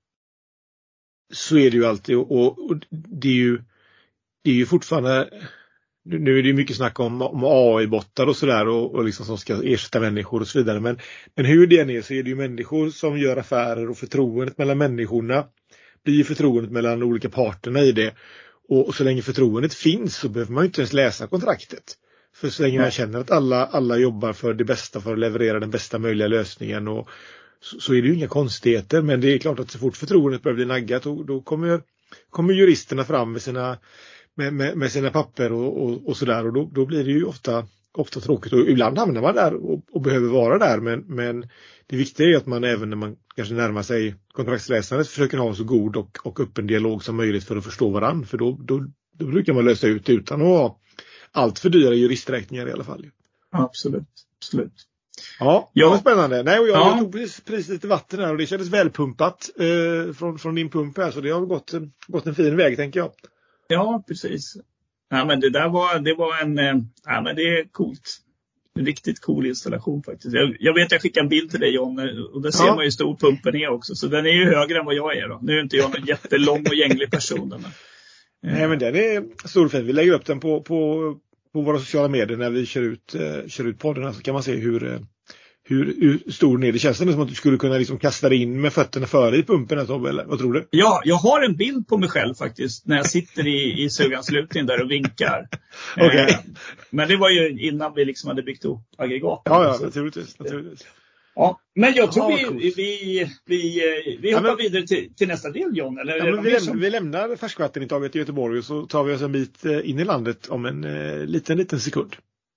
Så är det ju alltid och, och det är ju det är ju fortfarande, nu är det ju mycket snack om, om A I-bottar och sådär och, och liksom som ska ersätta människor och så vidare, men, men hur det än är så är det ju människor som gör affärer och förtroendet mellan människorna blir ju förtroendet mellan olika parterna i det och, och så länge förtroendet finns så behöver man ju inte ens läsa kontraktet. För så länge jag känner att alla, alla jobbar för det bästa för att leverera den bästa möjliga lösningen och så, så är det ju inga konstigheter. Men det är klart att så fort förtroendet börjar bli naggat och, då kommer, kommer juristerna fram med sina, med, med, med sina papper och, och, och sådär. Och då, då blir det ju ofta, ofta tråkigt. Och ibland hamnar man där och, och behöver vara där. Men, men det viktiga är att man även när man kanske närmar sig kontraktsläsandet försöker ha en så god och, och öppen dialog som möjligt för att förstå varandra. För då, då, då brukar man lösa ut utan att ha allt för dyra juristräkningar i alla fall. Absolut, absolut. Ja, ja. Det var spännande. Nej, och jag, ja. jag tog precis, precis lite vatten här och det kändes välpumpat eh, från, från din pump här. Så det har gått, gått en fin väg, tänker jag. Ja, precis. Ja, men det där var, det var en, ja men det är coolt. En riktigt cool installation faktiskt. Jag, jag vet, jag skickade en bild till dig John och där ser ja. man ju stor pumpen är också. Så den är ju högre än vad jag är då. Nu är inte jag en jättelång och gänglig person. Men... Nej, men den är stor och fin. Vi lägger upp den på, på, på våra sociala medier när vi kör ut, eh, kör ut podden här, så kan man se hur, eh, hur, hur stor den är. Det känns som att du skulle kunna liksom kasta dig in med fötterna före i pumpen här, Tobbe, eller vad tror du? Ja, jag har en bild på mig själv faktiskt när jag sitter i, i suganslutningen där och vinkar. Okay. Eh, men det var ju innan vi liksom hade byggt upp aggregaten. Ja, ja, naturligtvis. naturligtvis. Ja, men jag tror ja, vi, vi, vi, vi hoppar ja, men, vidare till, till nästa del, John. Eller ja, men vi, läm- som... vi lämnar färskvattenintaget i Göteborg och så tar vi oss en bit in i landet om en eh, liten, liten sekund.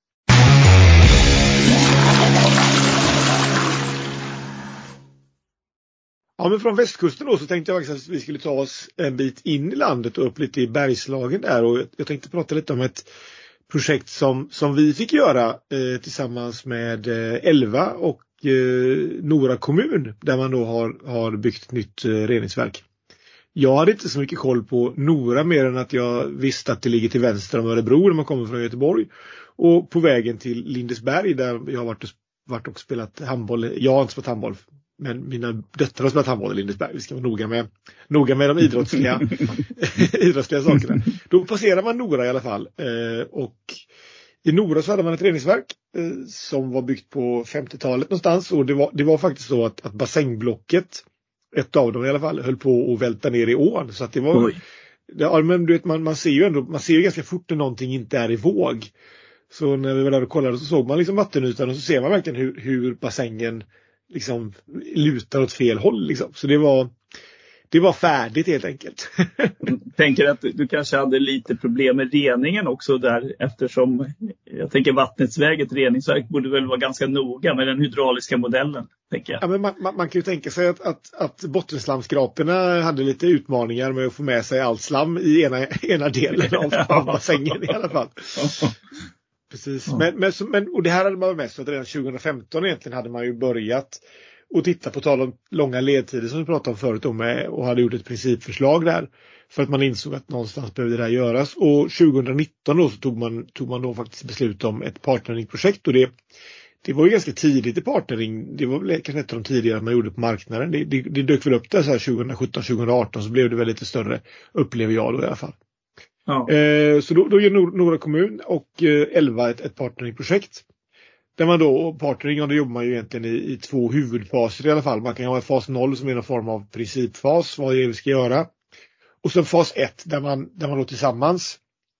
Ja, men från västkusten då så tänkte jag faktiskt att vi skulle ta oss en bit in i landet och upp lite i Bergslagen där. Och jag tänkte prata lite om ett projekt som, som vi fick göra eh, tillsammans med eh, Elva och eh, Nora kommun där man då har, har byggt ett nytt eh, reningsverk. Jag hade inte så mycket koll på Nora mer än att jag visste att det ligger till vänster om Örebro när man kommer från Göteborg. Och på vägen till Lindesberg där jag har varit och, varit och spelat handboll. Jag har inte spelat handboll. Men mina döttrar har spelat handboll i Lindesberg. Vi ska vara noga med, noga med de idrottsliga, idrottsliga sakerna. Då passerar man Nora i alla fall. Eh, och i Nora så hade man ett reningsverk eh, som var byggt på femtiotalet någonstans. Och det var, det var faktiskt så att, att basängblocket, ett av dem i alla fall, höll på att välta ner i ån. Så att det var... Ja, men du vet, man, man ser ju ändå, man ser ju ganska fort när någonting inte är i våg. Så när vi var där och kollade så såg man liksom vattenytan och så ser man verkligen hur, hur bassängen liksom lutar åt fel håll liksom. Så det var det var färdigt helt enkelt. Jag tänker att du kanske hade lite problem med reningen också där, eftersom jag tänker vattnets väg, ett reningsverk borde väl vara ganska noga med den hydrauliska modellen, tänker jag. Ja, men man, man, man kan ju tänka sig att, att, att bottenslamskraporna hade lite utmaningar med att få med sig allt slam i ena, ena delen av, av bassängen i alla fall. Precis, ja. men, men, men, och det här hade man varit med så att redan tjugo femton egentligen hade man ju börjat och titta på tal om långa ledtider som vi pratade om förut om med, och hade gjort ett principförslag där för att man insåg att någonstans behövde det här göras. Och tjugo nitton då så tog man, tog man då faktiskt beslut om ett partneringprojekt och det, det var ju ganska tidigt i partnering. Det var väl kanske ett av de tidigare man gjorde på marknaden. Det, det, det dök väl upp där så här tjugo sjutton tjugo arton så blev det väl lite större, upplever jag då i alla fall. Ja. Eh, så då, då gör Nora kommun och eh, Elva ett, ett partneringprojekt Där man då, partnering, och då jobbar man ju egentligen i, i två huvudfaser i alla fall. Man kan ha en fas noll som är någon form av principfas, vad det är vi ska göra. Och så fas ett där man, där man då tillsammans,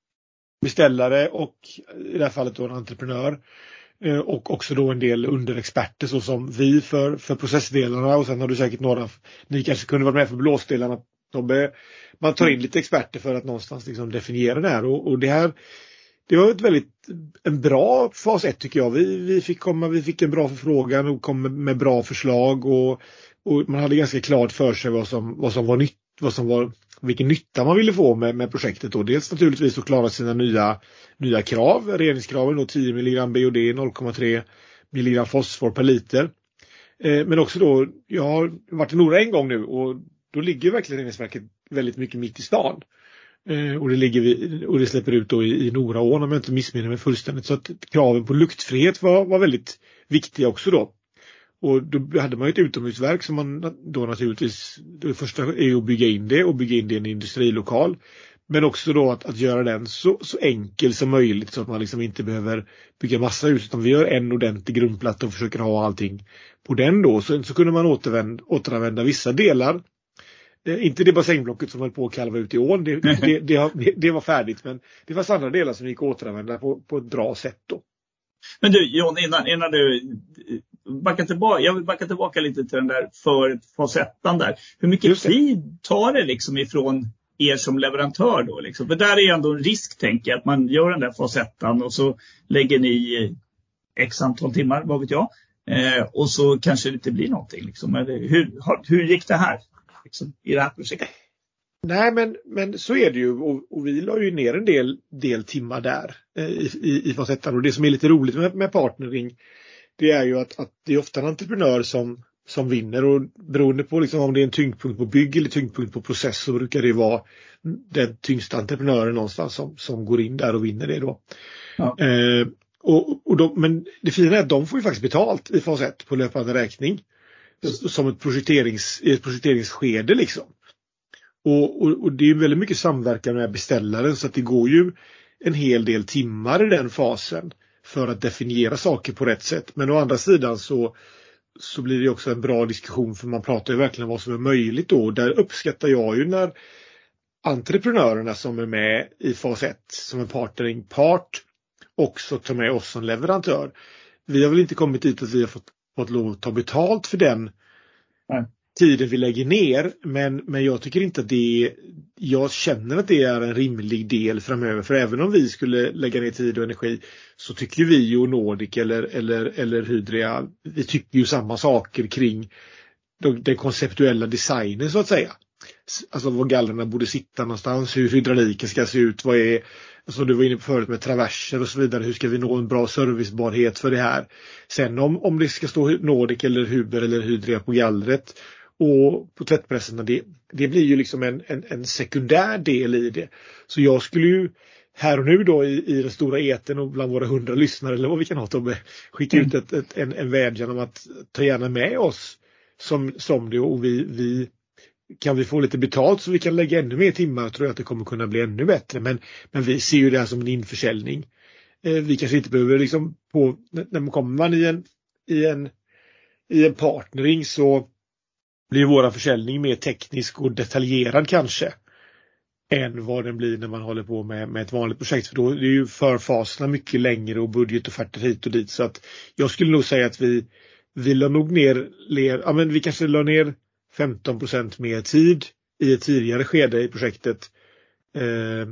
beställare och i det här fallet då en entreprenör, och också då en del underexperter så som vi för, för processdelarna, och sen har du säkert några, ni kanske kunde vara med för blåsdelarna. De, man tar in lite experter för att någonstans liksom definiera det här, och, och det här det var ett väldigt en bra fas ett tycker jag. Vi, vi fick komma, vi fick en bra förfrågan och kom med, med bra förslag, och, och man hade ganska klart för sig vad som, vad som var nytt, vad som var, vilken nytta man ville få med, med projektet då. Dels naturligtvis att klara sina nya, nya krav, reningskraven då tio milligram B O D, noll komma tre milligram fosfor per liter. Eh, men också då, jag har varit i Nora en gång nu, och då ligger verkligen reningsverket väldigt mycket mitt i stan. Eh, och, det ligger vi, och det släpper ut då i, i Noraån, om jag inte missminner mig fullständigt. Så att kraven på luktfrihet var, var väldigt viktiga också då. Och då hade man ju ett utomhusverk som man då naturligtvis, det första är ju att bygga in det och bygga in det i en industrilokal. Men också då att, att göra den så, så enkel som möjligt, så att man liksom inte behöver bygga massa hus, utan vi gör en ordentlig grundplatta och försöker ha allting på den då. Så, så kunde man återvända, återanvända vissa delar. Eh, inte det basängblocket som höll på att kalva ut i ån, det, det, det, det, det var färdigt, men det fanns andra delar som gick att återanvända på, på ett bra sätt då. Men du John, innan, innan du backar tillbaka, jag vill backa tillbaka lite till den där för fasettan där. Hur mycket tid tar det liksom ifrån er som leverantör då liksom? För där är ändå en risk, tänker jag, att man gör den där fasettan och så lägger ni x antal timmar, vad vet jag, eh, och så kanske det inte blir någonting liksom. Eller hur, hur gick det här liksom, i det här projektet? Nej, men, men så är det ju, och, och vi la ju ner en del, del timmar där eh, i, i, i fasettan, och det som är lite roligt med, med partnering, det är ju att, att det är ofta en entreprenör som, som vinner, och beroende på liksom om det är en tyngdpunkt på bygg eller tyngdpunkt på process, så brukar det vara den tyngsta entreprenören någonstans som, som går in där och vinner det då. Ja. Eh, och, och de, men det fina är att de får ju faktiskt betalt i fas ett på löpande räkning. Som ett projekterings, i ett projekteringsskede liksom. Och, och, och det är väldigt mycket samverkan med beställaren, så att det går ju en hel del timmar i den fasen för att definiera saker på rätt sätt. Men å andra sidan så, så blir det också en bra diskussion, för man pratar ju verkligen om vad som är möjligt då. Där uppskattar jag ju när entreprenörerna som är med i fas ett som en partneringpart också tar med oss som leverantör. Vi har väl inte kommit dit att vi har fått, fått lov att ta betalt för den Nej. tiden vi lägger ner, men, men jag tycker inte att det är, jag känner att det är en rimlig del framöver, för även om vi skulle lägga ner tid och energi, så tycker vi ju Nordic eller, eller, eller Hydria, vi tycker ju samma saker kring den konceptuella designen så att säga. Alltså var gallrarna borde sitta någonstans, hur hydrauliken ska se ut, vad är, alltså du var inne på förut med traverser och så vidare, hur ska vi nå en bra servicebarhet för det här. Sen om, om det ska stå Nordic eller Huber eller Hydria på gallret och på tvättpressarna, det, det blir ju liksom en, en, en sekundär del i det. Så jag skulle ju här och nu då i, i den stora eten och bland våra hundra lyssnare eller vad vi kan ha, Tobbe, skicka ut ett, ett, en, en vädjan om att ta gärna med oss som, som det, och vi, vi kan vi få llite betalt så vi kan lägga ännu mer timmar, tror jag att det kommer kunna bli ännu bättre. Men, men vi ser ju det här som en införsäljning. Eh, vi kanske inte behöver liksom på, när man kommer man i en, i en, i en partnering, så blir våra försäljning mer teknisk och detaljerad kanske än vad den blir när man håller på med, med ett vanligt projekt. För då är ju förfaserna mycket längre och budgetofferter hit och dit. Så att jag skulle nog säga att vi, vi la nog ner, ler, ja men vi kanske la ner femton procent mer tid i ett tidigare skede i projektet eh,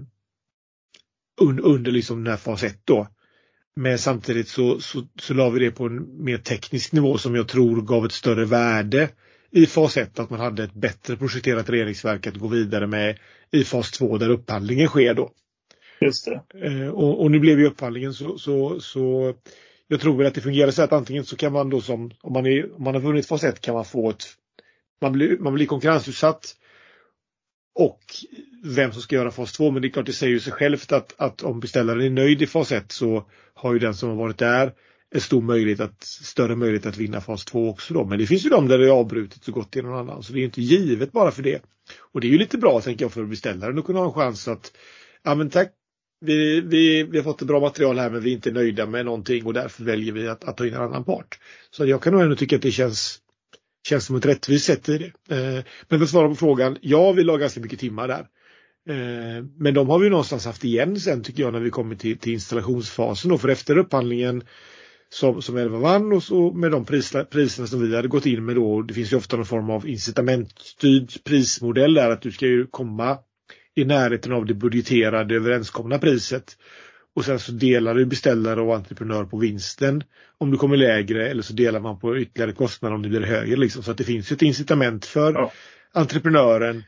un, under liksom den här fas ett då. Men samtidigt så, så, så la vi det på en mer teknisk nivå som jag tror gav ett större värde i fas ett, att man hade ett bättre projekterat reningsverk att gå vidare med i fas två där upphandlingen sker då. Just det. Eh, och, och nu blev ju upphandlingen så, så, så jag tror väl att det fungerar så att antingen så kan man då som, om man, är, om man har vunnit fas ett kan man få ett, man blir, man blir konkurrensutsatt och vem som ska göra fas två, men det är klart det säger ju sig självt att, att om beställaren är nöjd i fas ett så har ju den som har varit där en stor möjlighet att, större möjlighet att vinna fas två också då. Men det finns ju de där det är avbrutet så gott till någon annan, så det är inte givet bara för det. Och det är ju lite bra, tänker jag, för beställaren att kunna ha en chans att, ja men tack, vi, vi, vi har fått ett bra material här men vi är inte nöjda med någonting och därför väljer vi att, att ta in en annan part. Så jag kan nog ändå tycka att det känns, känns som ett rättvist sätt i det. Eh, men för att svara på frågan, ja vi la ganska mycket timmar där. Eh, men de har vi någonstans haft igen sen tycker jag när vi kommer till, till installationsfasen. Och för efter upphandlingen som, som Elva vann och så med de priserna, priserna som vi hade gått in med då. Det finns ju ofta någon form av incitamentstyrd prismodell där att du ska ju komma i närheten av det budgeterade överenskomna priset. Och sen så delar du beställare och entreprenör på vinsten om du kommer lägre eller så delar man på ytterligare kostnader om det blir högre. Liksom. Så att det finns ett incitament för ja. entreprenören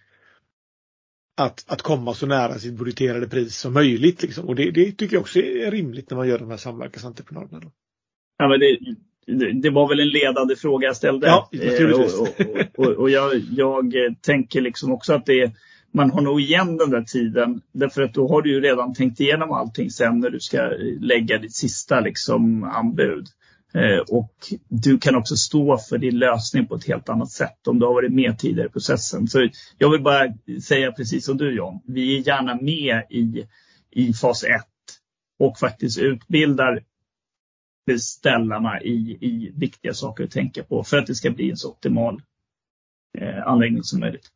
att, att komma så nära sitt budgeterade pris som möjligt. Liksom. Och det, det tycker jag också är rimligt när man gör de här samverkansentreprenörerna. Då. Ja, men det, det, det var väl en ledande fråga jag ställde. Ja, naturligtvis. Och, och, och, och jag, jag tänker liksom också att det man har nog igen den där tiden. Därför att då har du ju redan tänkt igenom allting sen när du ska lägga ditt sista liksom, anbud. Eh, och du kan också stå för din lösning på ett helt annat sätt om du har varit med tidigare i processen. Så jag vill bara säga precis som du John. Vi är gärna med i, i fas ett och faktiskt utbildar beställarna i, i viktiga saker att tänka på för att det ska bli en så optimal eh, anläggning som möjligt.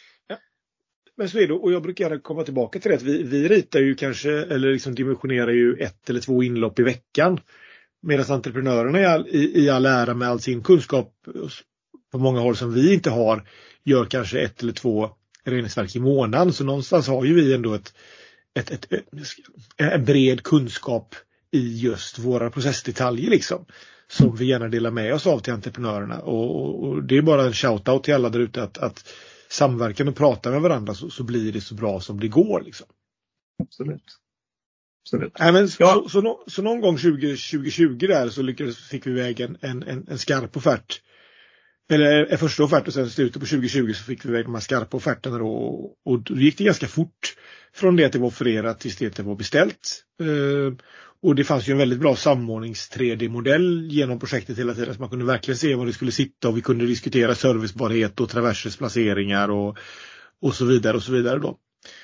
Men så är det, och jag brukar komma tillbaka till det att vi, vi ritar ju kanske, eller liksom dimensionerar ju ett eller två inlopp i veckan. Medan entreprenörerna i all, i, i all ära med all sin kunskap på många håll som vi inte har, gör kanske ett eller två reningsverk i månaden. Så någonstans har ju vi ändå ett, ett, ett, ett, en bred kunskap i just våra processdetaljer liksom. Som vi gärna delar med oss av till entreprenörerna. Och, och, och det är bara en shoutout till alla där ute att, att samverkan och prata med varandra så, så blir det så bra som det går liksom. Absolut. Absolut. Nej, men ja. så, så, så, så någon gång tjugo tjugo där så lyckades, fick vi iväg en, en, en skarp offert. Eller en första offert och sen slutet på tjugo tjugo så fick vi iväg de här skarpa offerterna då, och, och då gick det ganska fort från det att det var offererat tills det att det var beställt. Uh, och det fanns ju en väldigt bra samordnings tre D-modell genom projektet hela tiden så man kunde verkligen se var det skulle sitta och vi kunde diskutera servicebarhet och traversers placeringar och, och så vidare och så vidare då.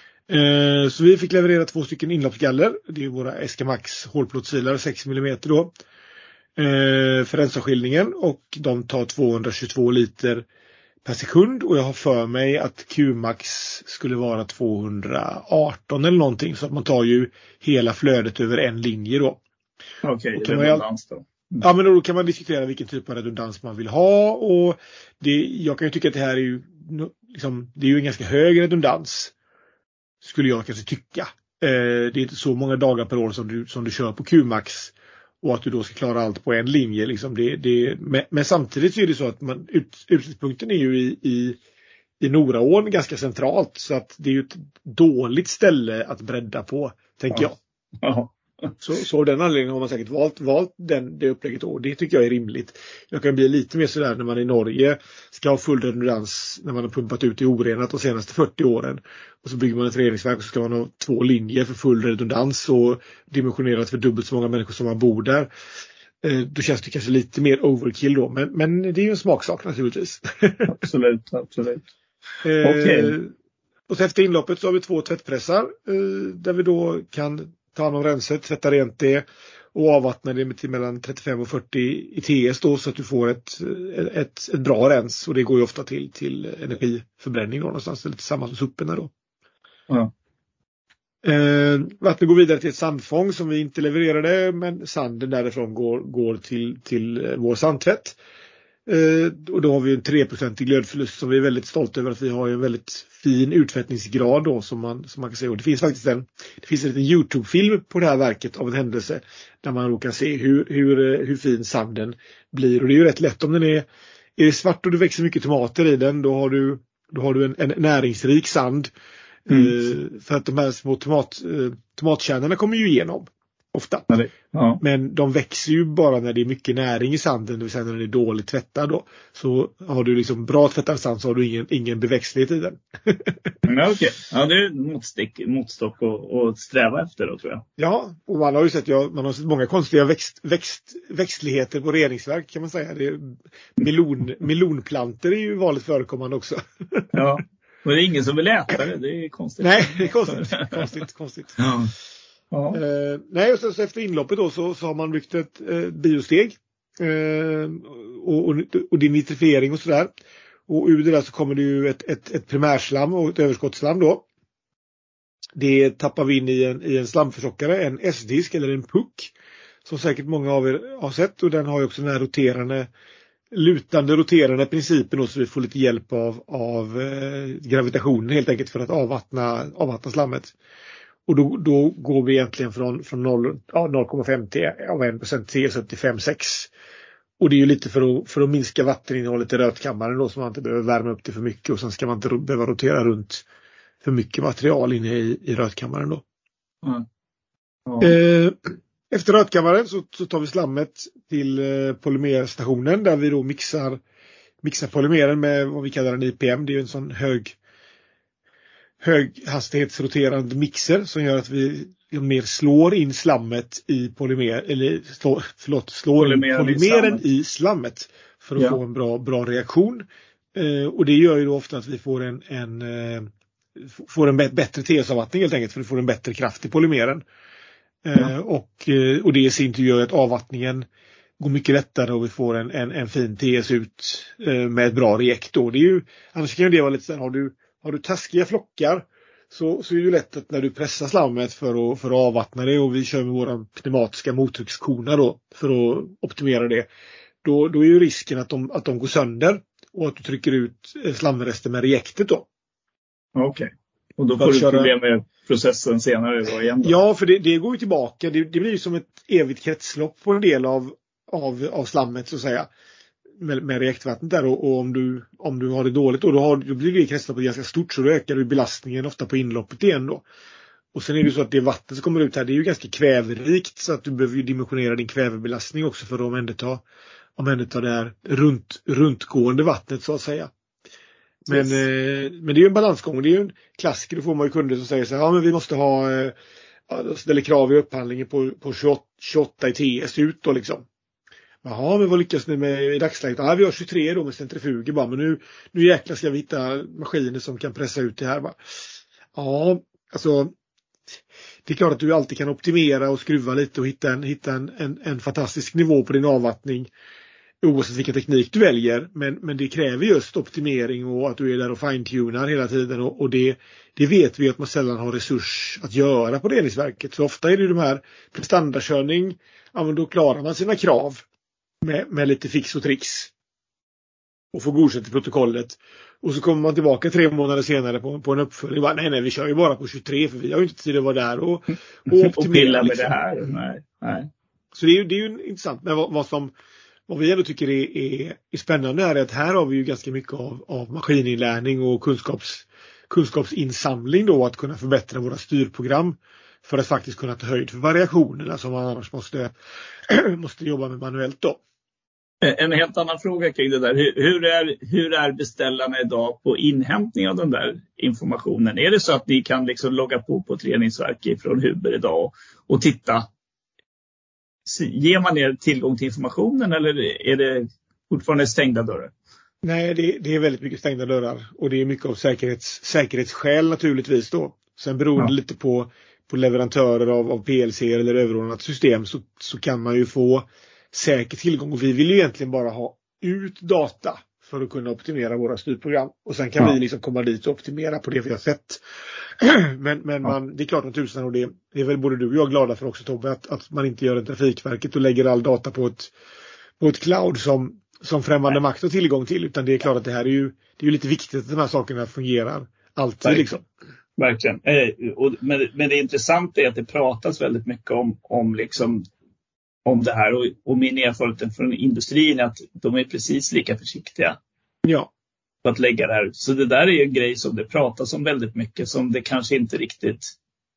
Uh, så vi fick leverera två stycken inloppsgaller. Det är våra S K Max hålplåtsilar sex millimeter då. Uh, för rensavskiljningen och de tar tvåhundratjugotvå liter per sekund och jag har för mig att Q-max skulle vara tvåhundraarton eller någonting så att man tar ju hela flödet över en linje då. Okej, okay, redundans då. Mm. Ja, men då kan man diskutera vilken typ av redundans man vill ha och det, jag kan ju tycka att det här är ju liksom, det är ju en ganska hög redundans skulle jag kanske tycka. Eh, det är inte så många dagar per år som du, som du kör på Q-max. Och att du då ska klara allt på en linje. Liksom det, det, men, men samtidigt så är det så att man, ut, utgångspunkten är ju i, i, i Noraån ganska centralt. Så att det är ju ett dåligt ställe att bredda på, tänker ja. jag. Ja. Så, så av den anledningen har man säkert valt, valt den, det upplägget och det tycker jag är rimligt. Jag kan bli lite mer sådär när man i Norge ska ha full redundans när man har pumpat ut i orenat de senaste fyrtio åren. Och så bygger man ett reningsverk och så ska man ha två linjer för full redundans och dimensionerat för dubbelt så många människor som man bor där. Eh, då känns det kanske lite mer overkill då, men, men det är ju en smaksak naturligtvis. Absolut, absolut. eh, Okej. Och så efter inloppet så har vi två tvättpressar eh, där vi då kan ta hand om renset, tvätta rent det och avvattna det med till mellan trettiofem och fyrtio i T S då så att du får ett, ett, ett bra rens och det går ju ofta till, till energiförbränning då någonstans eller tillsammans med supporna då. Ja. Eh, vattnet går vidare till ett sandfång som vi inte levererade men sanden därifrån går, går till, till vår sandtvätt. Eh, och då har vi en tre procent i glödförlust som vi är väldigt stolta över att vi har en väldigt fin utvättningsgrad då som man, som man kan se. Och det finns faktiskt en, det finns en liten YouTube-film på det här verket av en händelse där man då kan se hur, hur, hur fin sanden blir. Och det är ju rätt lätt om den är, är det svart och det växer mycket tomater i den då har du, då har du en, en näringsrik sand. Mm. Eh, för att de här små tomat, eh, tomatkärnorna kommer ju igenom ofta. Ja. Men de växer ju bara när det är mycket näring i sanden, det vill säga när den är dåligt tvättad då. Så har du liksom bra tvättad sand så har du ingen, ingen beväxtlighet i den. Ja, okej. Ja, det är en motstick, motstock att sträva efter då tror jag. Ja, och man har ju sett, ja, man har sett många konstiga växt, växt, växtligheter på reningsverk kan man säga. Det är, melon, melonplanter är ju vanligt förekommande också. Ja, men det är ingen som vill äta det, det är konstigt. Nej, det är konstigt, konstigt, konstigt. Ja. Ja. Eh, nej, och så, så efter inloppet då så, så har man byggt ett eh, biosteg eh, och, och, och det är nitrifiering och sådär. Och ur det där så kommer det ju ett, ett, ett primärslam och ett överskottsslam då. Det tappar vi in i en, i en slamförtjockare, en S-disk eller en puck. Som säkert många av er har sett, och den har ju också den här roterande, lutande roterande principen då, så vi får lite hjälp av, av eh, gravitationen helt enkelt för att avvattna, avvattna slammet. Och då, då går vi egentligen från, från noll, ja, noll komma fem till av en procent T S upp till fem komma sex. Och det är ju lite för att, för att minska vatteninnehållet i rötkammaren då, så man inte behöver värma upp det för mycket, och sen ska man inte behöva rotera runt för mycket material inne i, i rötkammaren då. Mm. Ja. Eh, efter rötkammaren så, så tar vi slammet till eh, polymerstationen där vi då mixar, mixar polymeren med vad vi kallar en I P M. Det är ju en sån hög höghastighetsroterande mixer som gör att vi mer slår in slammet i polymer, eller slår, förlåt, slår polymeren, polymeren i, i slammet för att ja. få en bra, bra reaktion. Eh, och det gör ju då ofta att vi får en, en, eh, får en bättre T S-avvattning helt enkelt, för vi får en bättre kraft i polymeren. Eh, ja. och, eh, och det i sin tur gör att avvattningen går mycket lättare och vi får en, en, en fin T S ut eh, med ett bra rejekt då. Det är ju, annars kan det vara lite så här, har du Har du taskiga flockar så, så är det ju lätt att när du pressar slammet för att, för att avvattna det, och vi kör med våra pneumatiska mottryckskona då för att optimera det, då, då är ju risken att de, att de går sönder och att du trycker ut slamrester med rejektet då. Okej. Okay. Och då får du köra problem med processen senare då igen då? Ja, för det, det går ju tillbaka. Det, det blir ju som ett evigt kretslopp på en del av, av, av slammet så att säga. Med, med rejektvattnet där, och, och om, du, om du har det dåligt då, då, har, då blir det kretsloppet ganska stort, så då ökar du belastningen ofta på inloppet igen då. Och sen är det så att det vatten som kommer ut här, det är ju ganska kväverikt, så att du behöver ju dimensionera din kvävebelastning också för att omhänderta, omhänderta det här runt, runtgående vattnet så att säga. Men, yes. eh, men det är ju en balansgång, det är ju en klassiker, då får man ju kunder som säger så här, ja men vi måste ha, eh, ställer krav i upphandlingen på, på tjugoåtta, tjugoåtta i T S ut då liksom. Jaha, men vad lyckas ni med i dagsläget? Ja, vi har tjugotre då med centrifuger bara, men nu, nu jäklar ska vi hitta maskiner som kan pressa ut det här bara. Ja, alltså det är klart att du alltid kan optimera och skruva lite och hitta en, hitta en, en, en fantastisk nivå på din avvattning oavsett vilken teknik du väljer, men, men det kräver just optimering och att du är där och fine-tunar hela tiden, och, och det, det vet vi att man sällan har resurs att göra på reningsverket. Så ofta är det de här standardkörning, ja men då klarar man sina krav Med, med lite fix och tricks och får godkänt i protokollet, och så kommer man tillbaka tre månader senare på, på en uppföljning bara, nej nej vi kör ju bara på tjugotre för vi har ju inte tid att vara där och, och optimera och liksom. med det här. Nej, nej. Så det är ju, det är ju intressant, men vad, vad som vad vi ändå tycker är, är, är spännande är att här har vi ju ganska mycket av, av maskininlärning och kunskaps, kunskapsinsamling då, att kunna förbättra våra styrprogram för att faktiskt kunna ta höjd för variationerna som man annars måste, måste jobba med manuellt då. En helt annan fråga kring det där. Hur, hur, är, hur är beställarna idag på inhämtning av den där informationen? Är det så att ni kan liksom logga på på ett reningsverk från Huber idag och, och titta? Ger man er tillgång till informationen eller är det fortfarande stängda dörrar? Nej, det, det är väldigt mycket stängda dörrar, och det är mycket av säkerhets, säkerhetsskäl naturligtvis då. Sen beror det ja. lite på, på leverantörer av, av P L C eller överordnat system, så, så kan man ju få säker tillgång, och vi vill ju egentligen bara ha ut data för att kunna optimera våra styrprogram, och sen kan ja. vi liksom komma dit och optimera på det vi har sett. men men man, ja. det är klart att tusen, och det, det är väl både du och jag glada för också Tobbe, att, att man inte gör en Trafikverket och lägger all data på ett, på ett cloud som, som främmande makt har tillgång till, utan det är klart att det här är ju, det är ju lite viktigt att de här sakerna fungerar alltid. Verkligen. Liksom. Verkligen. Eh, och, men, men det intressanta är att det pratas väldigt mycket om, om liksom om det här, och, och min erfarenhet från industrin är att de är precis lika försiktiga ja. på att lägga det här. Så det där är en grej som det pratas om väldigt mycket, som det kanske inte riktigt,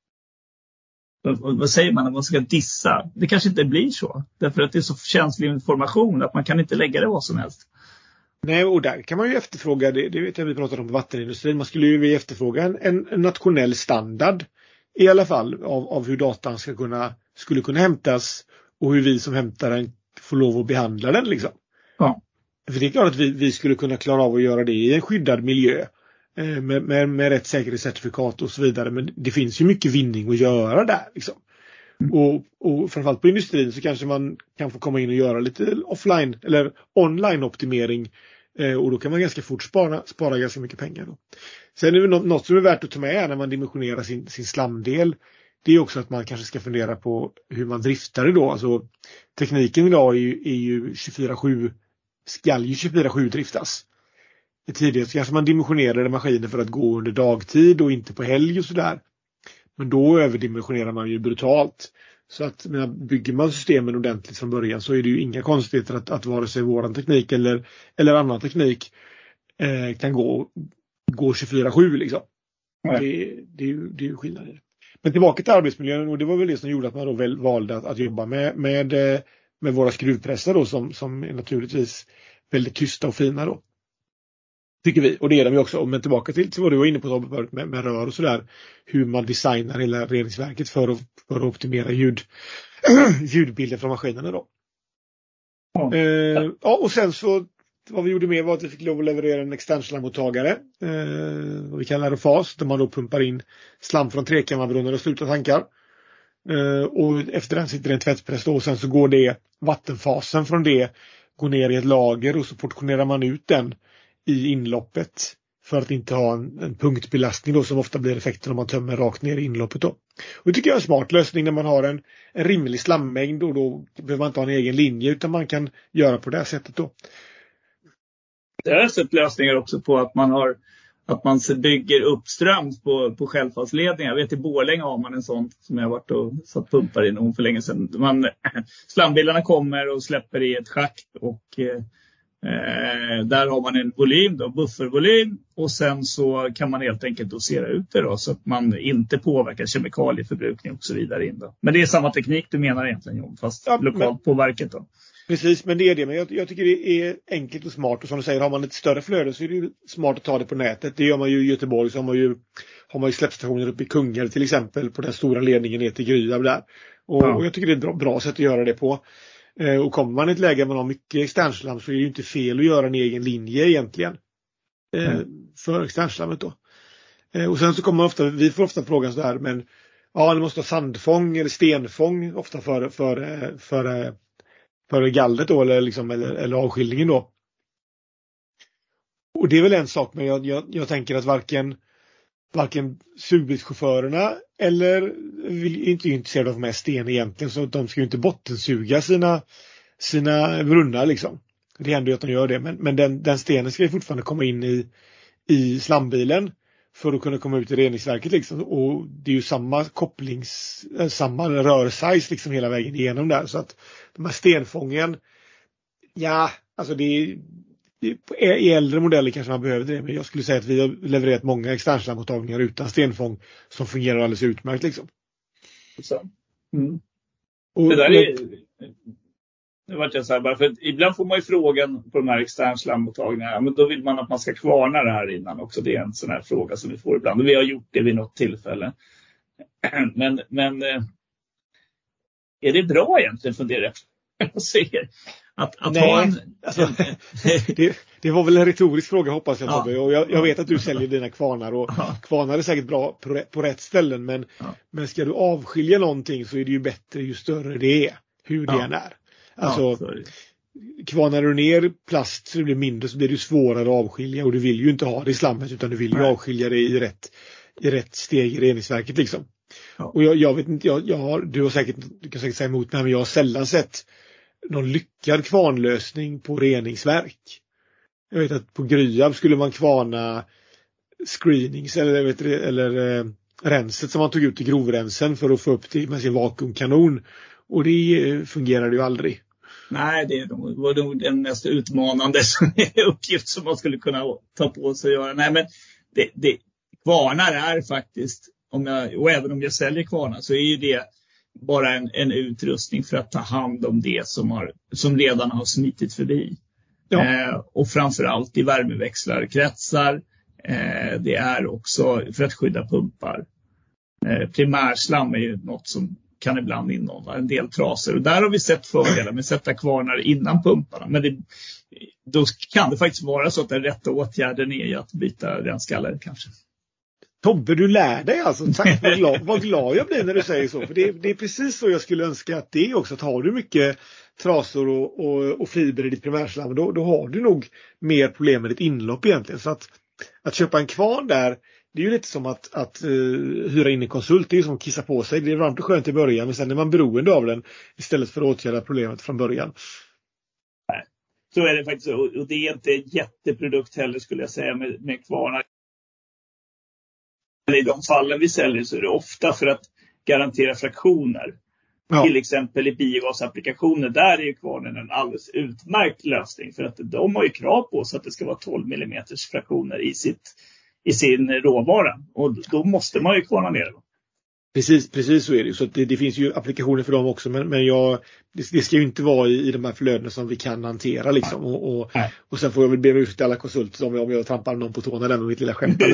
vad, vad säger man när man ska dissa? Det kanske inte blir så, därför att det är så känslig information att man kan inte lägga det vad som helst. Nej, och där kan man ju efterfråga, det, det vet jag vi pratar om på vattenindustrin, man skulle ju efterfråga en, en, en nationell standard i alla fall av, av hur datan ska kunna, skulle kunna hämtas och hur vi som hämtar den får lov att behandla den liksom. Ja. För det är klart att vi, vi skulle kunna klara av att göra det i en skyddad miljö eh, med, med, med rätt säkerhetscertifikat och så vidare, men det finns ju mycket vinning att göra där liksom. Mm. Och, och framförallt på industrin så kanske man kan få komma in och göra lite offline eller online optimering. Eh, och då kan man ganska fort spara, spara ganska mycket pengar. Då. Sen är det något, något som är värt att ta med när man dimensionerar sin, sin slamdel. Det är också att man kanske ska fundera på hur man driftar det då. Alltså, tekniken idag är ju, är ju tjugofyra sju, skall ju tjugofyra sju driftas. Tidigare så kanske man dimensionerade maskiner för att gå under dagtid och inte på helg och sådär. Men då överdimensionerar man ju brutalt. Så att men, bygger man systemen ordentligt från början så är det ju inga konstigheter att, att vare sig våran teknik eller, eller annan teknik eh, kan gå, gå tjugofyra sju liksom. Det, det, är ju, det är ju skillnader. Men tillbaka till arbetsmiljön, och det var väl det som gjorde att man då väl valde att, att jobba med, med, med våra skruvpressar då, som, som är naturligtvis väldigt tysta och fina då. Tycker vi, och det är de ju också. Men tillbaka till, till vad du var inne på med, med rör och sådär. Hur man designar hela reningsverket för att, för att optimera ljud, ljudbilder från maskinerna då. Ja. Eh, ja, och sen så vad vi gjorde med var att vi fick lov att leverera en externslammottagare. Eh, vad vi kallar det F A S. Där man då pumpar in slam från trekammarbrunnar och slutar tankar. Eh, och efter den sitter det en tvättpress då, och sen så går det vattenfasen från det går ner i ett lager och så portionerar man ut den i inloppet för att inte ha en, en punktbelastning då, som ofta blir effekten om man tömmer rakt ner i inloppet då. Och det tycker jag är en smart lösning när man har en, en rimlig slammängd, och då behöver man inte ha en egen linje utan man kan göra på det här sättet då. Det är sett lösningar också på att man har att man bygger uppströms på, på självfallsledningar. Jag vet i Borlänge har man en sån som jag har varit och satt pumpar i någon för länge sedan. Man, slambilarna kommer och släpper i ett schakt och eh, där har man en volym då, buffervolym, och sen så kan man helt enkelt dosera ut det då, så att man inte påverkar kemikalieförbrukning och så vidare in då. Men det är samma teknik du menar egentligen, John, fast ja, lokalt men... på verket då. Precis, men det är det. Men jag, jag tycker det är enkelt och smart. Och som du säger, har man ett större flöde så är det ju smart att ta det på nätet. Det gör man ju i Göteborg. Så har man ju, har man ju släppstationer uppe i Kungälv till exempel. På den stora ledningen ner till Gryab där. Och, ja. och jag tycker det är ett bra, bra sätt att göra det på. Eh, och kommer man i ett läge där man har mycket externslam så är det ju inte fel att göra en egen linje egentligen. Eh, mm. För externslammet då. Eh, och sen så kommer man ofta, vi får ofta frågan så här, men ja, ni måste ha sandfång eller stenfång ofta för, för, för, för för gallret då, eller, liksom, eller, eller avskiljningen då. Och det är väl en sak, men jag, jag, jag tänker att varken, varken sugbilschaufförerna eller vill inte intresserade av med sten egentligen, så de ska ju inte bottensuga sina, sina brunnar liksom. Det händer ju att de gör det, men, men den, den stenen ska ju fortfarande komma in i, i slambilen för att kunna komma ut i reningsverket liksom. Och det är ju samma kopplings, samma rörsize liksom hela vägen igenom där, så att de här stenfången, ja, alltså det är, det är, i äldre modeller kanske man behöver det, men jag skulle säga att vi har levererat många externslammottagningar utan stenfång som fungerar alldeles utmärkt liksom. Mm. Och, det där är, det var jag så här, bara för att ibland får man ju frågan på de här externslammottagningarna, men då vill man att man ska kvarna det här innan också. Det är en sån här fråga som vi får ibland, och vi har gjort det vid något tillfälle. Men, men är det bra egentligen, funderar jag säger att, att Nej, ha en... alltså, det, det var väl en retorisk fråga, hoppas jag, Tobbe. Ja. Och jag, jag vet att du säljer dina kvarnar, och ja. kvarnar är säkert bra på, på rätt ställen, men, ja. men ska du avskilja någonting så är det ju bättre ju större det är, hur det ja. än är. Alltså, ja, kvarnar du ner plast så det blir mindre, så blir det svårare att avskilja, och du vill ju inte ha det i slammet, utan du vill ju Nej. avskilja det i rätt, i rätt steg i reningsverket liksom. Ja. Och jag, jag vet inte, jag, jag har, du har säkert, du kan säkert säga emot mig, men jag har sällan sett någon lyckad kvarnlösning på reningsverk. Jag vet att på Gryab skulle man kvarna screenings eller, vet du, eller eh, renset som man tog ut i grovrensen för att få upp det med sin vakuumkanon. Och det fungerade ju aldrig. Nej, det var nog den mest utmanande uppgift som man skulle kunna ta på sig att göra. Nej, men det, det, kvarnar är faktiskt, om jag, och även om jag säljer kvarnar, så är ju det bara en, en utrustning för att ta hand om det som, har, som redan har smitit förbi. Ja. Eh, och framförallt i värmeväxlarkretsar. Eh, det är också för att skydda pumpar. Eh, primärslam är ju något som kan ibland innehålla en del trasor. Och där har vi sett fördelar med att sätta kvarnar innan pumparna. Men det, då kan det faktiskt vara så att den rätta åtgärden är att byta renskallar kanske. Tobbe, du lär dig alltså. Tack, vad glad, vad glad jag blir när du säger så. För det, det är precis så jag skulle önska att det är också. Att har du mycket trasor och, och, och fiber i ditt primärslam, då, då har du nog mer problem med ditt inlopp egentligen. Så att, att köpa en kvarn där, det är ju lite som att, att uh, hyra in en konsult. Det är ju som att kissa på sig. Det är varmt och skönt i början, men sen är man beroende av den istället för att åtgärda problemet från början. Nej, så är det faktiskt. Och det är inte en jätteprodukt heller, skulle jag säga, med, med kvarnar. I de fallen vi säljer så är det ofta för att garantera fraktioner. Ja. Till exempel i biogasapplikationer, där är ju kvarnen en alldeles utmärkt lösning. För att de har ju krav på så att det ska vara tolv millimeters fraktioner i, sitt, i sin råvara. Och då måste man ju kvarna ner dem. Precis, precis så är det. Så att det, det finns ju applikationer för dem också. Men, men jag, det, det ska ju inte vara i, i de här flödena som vi kan hantera. Liksom. Och, och, och sen får jag väl be mig ut till alla konsulter om jag, om jag trampar någon på tårna där med mitt lilla skämt.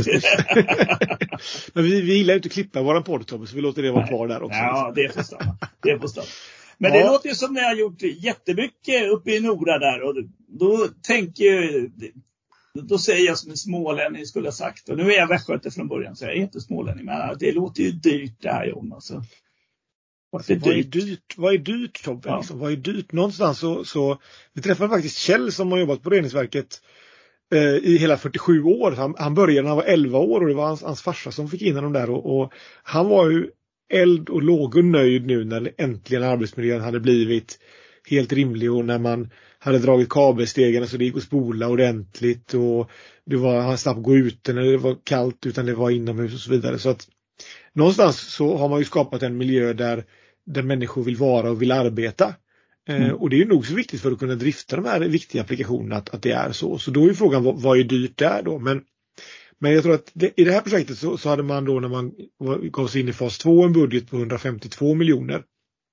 Men vi, vi gillar ju inte att klippa våran podd, Tobbe, så vi låter det vara kvar där också. Ja, det får stanna. Det får stanna. Men ja. Det låter ju som ni har gjort jättemycket uppe i Nora där. Och då tänker jag... Då säger jag som en smålänning skulle ha sagt. Och nu är jag västgöte från början, så jag är inte smålänning. Men det låter ju dyrt det här, John. Alltså. Vad är dyrt? Vad är dyrt, vad är dyrt Tobbe? Ja. Liksom? Vad är dyrt? Någonstans så, så... Vi träffade faktiskt Kjell som har jobbat på reningsverket eh, i hela fyrtiosju år. Han, han började när han var elva år och det var hans, hans farsa som fick in honom där. Och, och han var ju eld och låg och nöjd nu när äntligen arbetsmiljön hade blivit helt rimlig och när man hade dragit kabelstegarna så det gick att spola ordentligt och det var, han slapp gå ut när det var kallt utan det var inomhus och så vidare. Så att någonstans så har man ju skapat en miljö där, där människor vill vara och vill arbeta. Mm. Eh, och det är ju nog så viktigt för att kunna drifta de här viktiga applikationerna att, att det är så. Så då är ju frågan vad, vad är dyrt där då? Men, men jag tror att det, i det här projektet så, så hade man då när man gav sig in i fas två en budget på hundrafemtiotvå miljoner.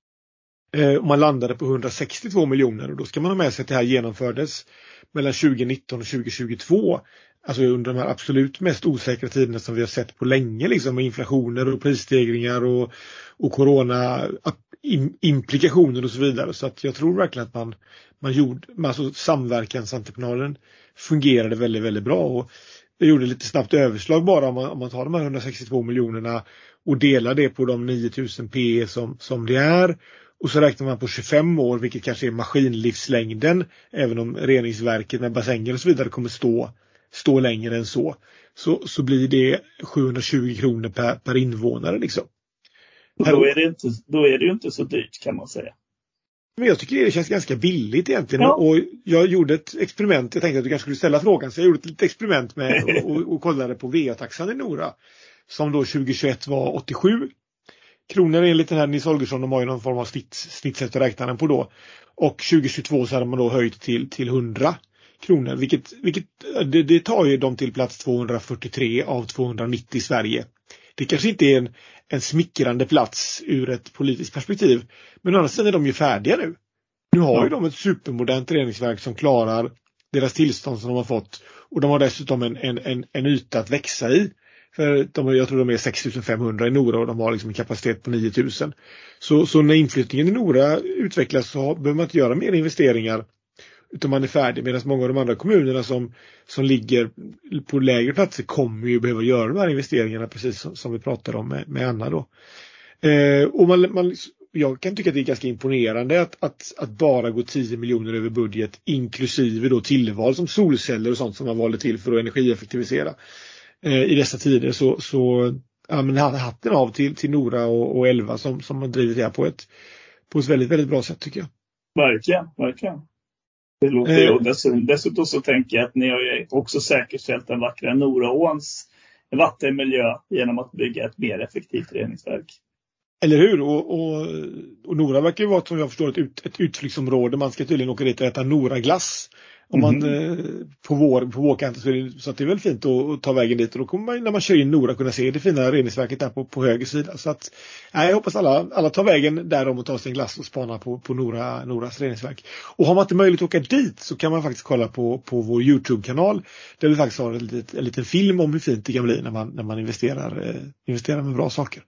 Och man landade på hundrasextiotvå miljoner och då ska man ha med sig att det här genomfördes mellan tjugonitton och tjugohundratjugotvå. Alltså under de här absolut mest osäkra tiderna som vi har sett på länge liksom med inflationer och prisstegringar och, och corona implikationer och så vidare. Så att jag tror verkligen att man, man gjorde, alltså samverkansentreprenaden fungerade väldigt, väldigt bra och jag gjorde lite snabbt överslag bara om man, om man tar de här hundrasextiotvå miljonerna och delar det på de nio tusen P som, som det är. Och så räknar man på tjugofem år, vilket kanske är maskinlivslängden, även om reningsverket med bassänger och så vidare kommer stå, stå längre än så. Så, så blir det sjuhundratjugo kronor per, per invånare liksom. Och då är det inte, då är det ju inte så dyrt kan man säga. Men jag tycker det känns ganska billigt egentligen. Ja. Och jag gjorde ett experiment, jag tänkte att du kanske skulle ställa frågan, så jag gjorde ett litet experiment med och, och, och kollade på V A-taxan i Nora. Som då tjugohundratjugoett var åttiosju kronor enligt den här Nils Holgersson, de har ju någon form av snitt, snittsätt att räkna den på då. Och tjugohundratjugotvå så hade man då höjt till, till hundra kronor. Vilket, vilket det, det tar ju dem till plats tvåhundrafyrtiotre av tvåhundranittio i Sverige. Det kanske inte är en, en smickrande plats ur ett politiskt perspektiv. Men å andra sidan är de ju färdiga nu. Nu har ja. ju de ett supermodernt reningsverk som klarar deras tillstånd som de har fått. Och de har dessutom en, en, en, en yta att växa i. För de, jag tror de är sex tusen femhundra i Nora och de har liksom en kapacitet på nio tusen. Så, så när inflyttningen i Nora utvecklas så behöver man inte göra mer investeringar utan man är färdig. Medan många av de andra kommunerna som, som ligger på lägre platser kommer ju behöva göra de här investeringarna precis som, som vi pratade om med, med Anna då. Eh, och man, man, jag kan tycka att det är ganska imponerande att, att, att bara gå tio miljoner över budget inklusive då tillval som solceller och sånt som man valde till för att energieffektivisera. I dessa tider så, så ja, men hade hatten av till, till Nora och, och Elva som, som har drivit det här på ett, på ett väldigt, väldigt bra sätt tycker jag. Verkligen, verkligen. Det låter eh. och dessutom, dessutom så tänker jag att ni har ju också säkerställt den vackra Noraåns vattenmiljö genom att bygga ett mer effektivt reningsverk. Eller hur? Och, och, och Nora verkar ju vara, som jag förstår, ett, ut, ett utflyktsområde. Man ska tydligen åka dit och äta Nora-glass. Om man mm. eh, på, vår, på vårkanten så, är det, så att det är väl fint att, att ta vägen dit och då kommer man när man kör in Nora kunna se det fina reningsverket där på, på höger sida. Så att nej, jag hoppas alla, alla tar vägen där om och tar sin glass och spanar på, på Nora, Noras reningsverk. Och har man inte möjlighet att åka dit så kan man faktiskt kolla på, på vår YouTube-kanal där vi faktiskt har en, litet, en liten film om hur fint det kan bli när man, när man investerar, eh, investerar med bra saker.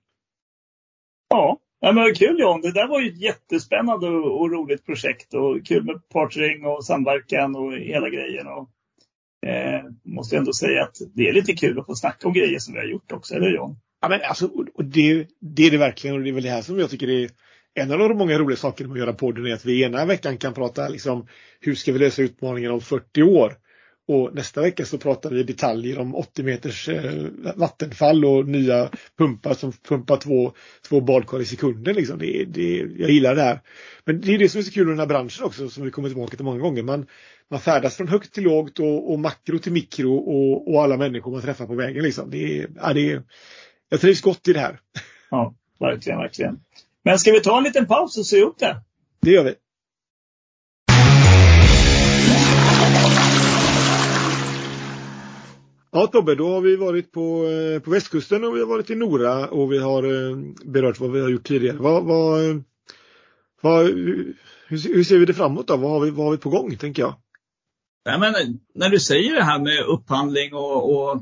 Ja. Ja, men kul John, det där var ju ett jättespännande och, och roligt projekt och kul med partnering och samverkan och hela grejen. Och eh, måste jag ändå säga att det är lite kul att få snacka om grejer som vi har gjort också, eller John? Ja, men alltså, och det, det är det verkligen, och det är väl det här som jag tycker är en av de många roliga sakerna med att göra podden, är att vi ena veckan kan prata liksom, hur ska vi lösa utmaningen om fyrtio år? Och nästa vecka så pratar vi detaljer om åttio meters eh, vattenfall och nya pumpar som pumpar två, två badkar i sekunden. Liksom. Det, det, jag gillar det här. Men det är det som är så kul med den här branschen också, som vi kommer tillbaka till många gånger. Man, man färdas från högt till lågt och, och makro till mikro och, och alla människor man träffar på vägen. Liksom. Det, ja, det, jag trivs gott i det här. Ja, verkligen, verkligen. Men ska vi ta en liten paus och se upp det? Det gör vi. Ja, Tobbe, då har vi varit på, på västkusten och vi har varit i Nora och vi har eh, berört vad vi har gjort tidigare. Vad, vad, vad, hur, hur ser vi det framåt då? Vad har vi, vad har vi på gång, tänker jag? Nej, men när du säger det här med upphandling och, och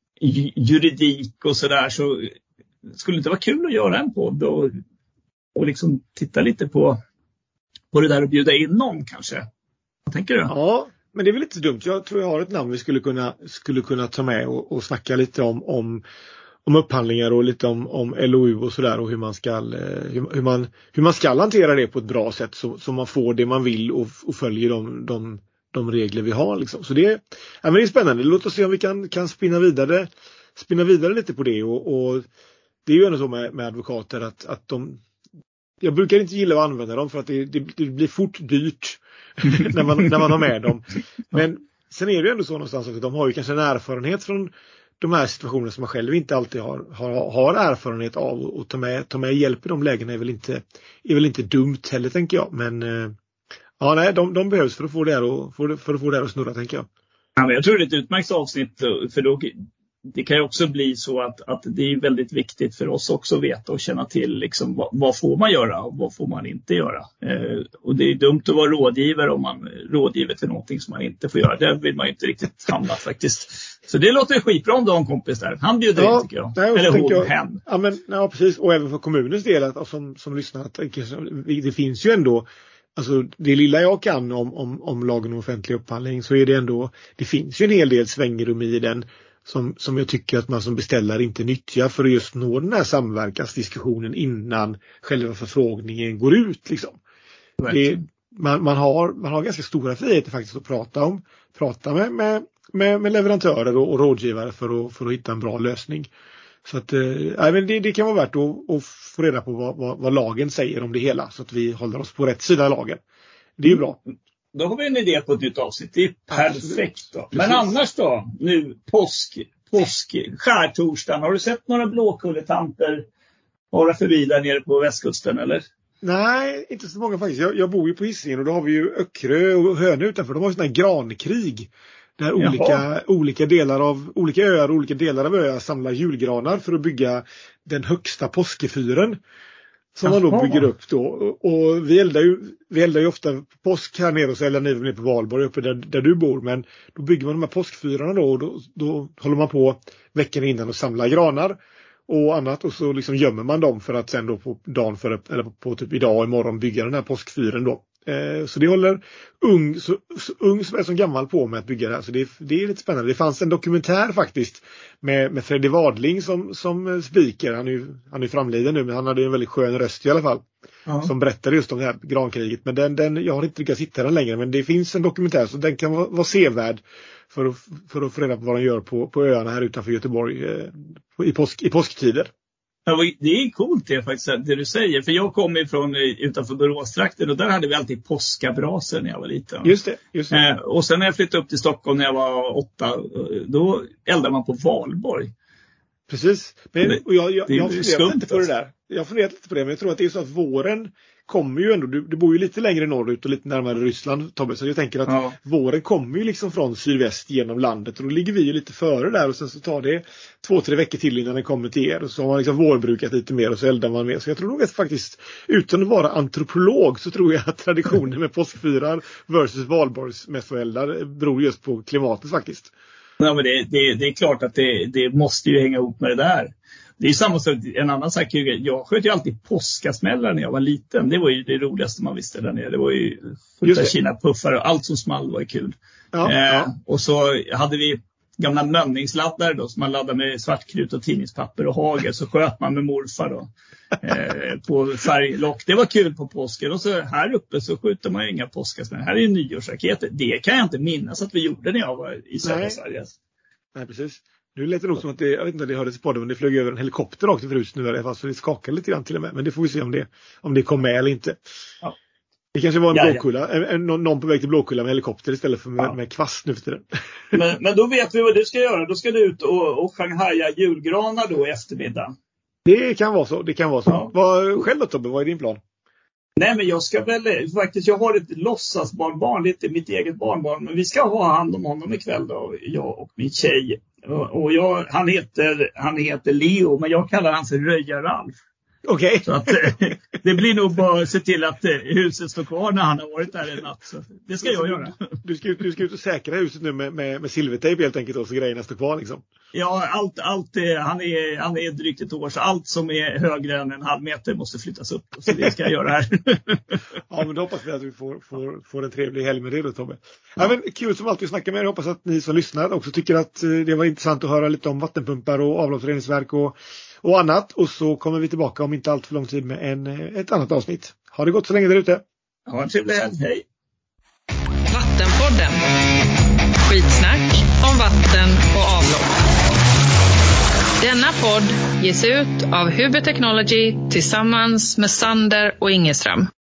juridik och sådär, så skulle det inte vara kul att göra en podd och, och liksom titta lite på, på det där och bjuda in någon kanske? Vad tänker du? Ja. Men det är väl inte så dumt. Jag tror jag har ett namn vi skulle kunna, skulle kunna ta med och, och snacka lite om, om, om upphandlingar och lite om, om L O U och sådär, och hur man ska, hur, hur man, hur man ska hantera det på ett bra sätt så, så man får det man vill och, och följer de, de, de regler vi har. Liksom. Så det, ja, men det är spännande. Låt oss se om vi kan, kan spinna vidare, spinna vidare lite på det. Och, och det är ju ändå så med, med advokater att, att de, jag brukar inte gilla att använda dem för att det, det, det blir fort dyrt när, man, när man har med dem. Men sen är det ju ändå så någonstans att de har ju kanske en erfarenhet från de här situationerna som man själv inte alltid har, har, har erfarenhet av, och ta med, ta med hjälp i de lägena är väl inte, är väl inte dumt heller, tänker jag. Men ja, nej, de, de behövs för att få det här och, för, för att få det här att snurra, tänker jag. Ja, men jag tror det är ett utmärkt avsnitt, för då, det kan ju också bli så att, att det är väldigt viktigt för oss också att veta och känna till liksom, vad, vad får man göra och vad får man inte göra. Eh, och det är dumt att vara rådgivare om man rådgiver till någonting som man inte får göra. Det vill man ju inte riktigt hamna faktiskt. Så det låter skitbra om du har en kompis där. Han bjuder ja, in, tycker jag. Nej, eller hon, jag, hen. Ja, men, ja, precis. Och även för kommunens del, att, som, som lyssnar, att det finns ju ändå, alltså det lilla jag kan om, om, om lagen om offentlig upphandling, så är det ändå, det finns ju en hel del svängrum i den som, som jag tycker att man som beställare inte nyttjar för att just nå den här samverkansdiskussionen innan själva förfrågningen går ut. Liksom. Det, man, man, har, man har ganska stora friheter faktiskt att prata om, prata med, med, med, med leverantörer och, och rådgivare för att, för att hitta en bra lösning. Så att, äh, det, det kan vara värt att, att få reda på vad, vad, vad lagen säger om det hela, så att vi håller oss på rätt sida av lagen. Det är ju bra. Då har vi en idé på ett nytt avsnitt. Det är perfekt då. Men annars då, nu påsk, påsk, skärtorsdagen. Har du sett några blåkulletanter vara förbi där nere på västkusten, eller? Nej, inte så många faktiskt. Jag, jag bor ju på Hisingen och då har vi ju Öckerö och Hönö utanför. De har ju sådana här grankrig. Där olika, olika delar av, olika öar och olika delar av öar samlar julgranar för att bygga den högsta påskefyren. Som man då bygger upp då. Och vi eldar ju, vi eldar ju ofta påsk här nere, och så eldar ni nere på Valborg uppe där, där du bor. Men då bygger man de här påskfyrarna då, och då, då håller man på veckan innan och samlar granar och annat. Och så liksom gömmer man dem för att sen då på dagen för, eller på, på typ idag och imorgon bygga den här påskfyren då. Eh, så det håller ung, så, så, ung som är som gammal på med att bygga det här. Så det, det är lite spännande. Det fanns en dokumentär faktiskt med, med Freddy Wadling som, som speaker. Han är ju han är framliden nu, men han hade en väldigt skön röst i alla fall. Uh-huh. Som berättade just om det här grankriget. Men den, den, jag har inte lyckats hitta den längre, men det finns en dokumentär så den kan vara, vara sevärd för att, för att få reda på vad de gör på, på öarna här utanför Göteborg eh, i, påsk, i påsktider. Ja, det är coolt det faktiskt, det du säger. För jag kom ifrån utanför Boråstrakten och där hade vi alltid påskabraser när jag var liten. Just det, just det. Eh, och sen när jag flyttade upp till Stockholm när jag var åtta, då eldade man på Valborg. Precis. Men, det, och jag, jag, det jag har funderat lite på det där. Jag har funderat lite på det, men jag tror att det är så att våren kommer ju ändå, du, du bor ju lite längre norrut och lite närmare Ryssland, Tobbe, så jag tänker att ja. Våren kommer ju liksom från sydväst genom landet och då ligger vi ju lite före där och sen så tar det två, tre veckor till innan den kommer till er och så har man liksom vårbrukat lite mer och så eldar man mer. Så jag tror nog att faktiskt, utan att vara antropolog, så tror jag att traditionen med påskfyrar versus valborgsmässoeldar beror just på klimatet faktiskt. Ja, men det, det, det är klart att det, det måste ju hänga ihop med det där. Det är samma sak, en annan sak, jag sköt ju alltid påskasmällar när jag var liten. Det var ju det roligaste man visste där nere. Det var ju skjuta Kina puffar och allt som small var ju kul. Ja, eh, ja. Och så hade vi gamla mönningsladdare då, som man laddade med svartkrut och tidningspapper och hagel. Så sköt man med morfar då. Eh, på färglock. Det var kul på påsken. Och så här uppe så skjuter man ju inga påskasnär. Här är ju nyårsraketer. Det kan jag inte minnas att vi gjorde när jag var i södra Sverige. Nej, precis. Nu lät det nog som att det, jag vet inte om det hördes på det, men det flög över en helikopter rakt över huset nu. Fast det skakade lite grann till och med. Men det får vi se om det, om det kom med eller inte. Ja. Det kanske var en ja, Blåkulla, ja. En, någon på väg till Blåkulla med helikopter istället för med, ja. med kvast nu för tiden. Men, men då vet vi vad du ska göra. Då ska du ut och, och shanghaja julgranar då i eftermiddag. Det kan vara så, det kan vara så. Ja. Vad, själv då Tobbe, vad är din plan? Nej, men jag ska väl faktiskt, jag har ett låtsasbarnbarn, lite mitt eget barnbarn, men vi ska ha hand om honom ikväll då, jag och min tjej. Och, och jag, han heter, han heter Leo, men jag kallar han för Röja-Ralf. Okej. Okay. Så att det blir nog bara att se till att huset står kvar när han har varit där en natt. Så det ska jag göra. Du ska ut, du ska ut och säkra huset nu med, med, med silvertejp helt enkelt, och så grejerna står kvar liksom. Ja, allt, allt han, är, han är drygt ett år, så allt som är högre än en halv meter måste flyttas upp. Så det ska jag göra här. Ja, men då hoppas vi att vi får, får, får en trevlig helg med det då, Tobbe. Ja. Ja, men kul som alltid att snacka med er. Jag hoppas att ni som lyssnar också tycker att det var intressant att höra lite om vattenpumpar och avloppsreningsverk och och annat. Och så kommer vi tillbaka om inte allt för lång tid med en, ett annat avsnitt. Ha det gott så länge där ute. Ha en trevlig helg. Hej. Vattenpodden. Skitsnack om vatten och avlopp. Denna podd ges ut av Hubber Technology tillsammans med Sander och Ingeström.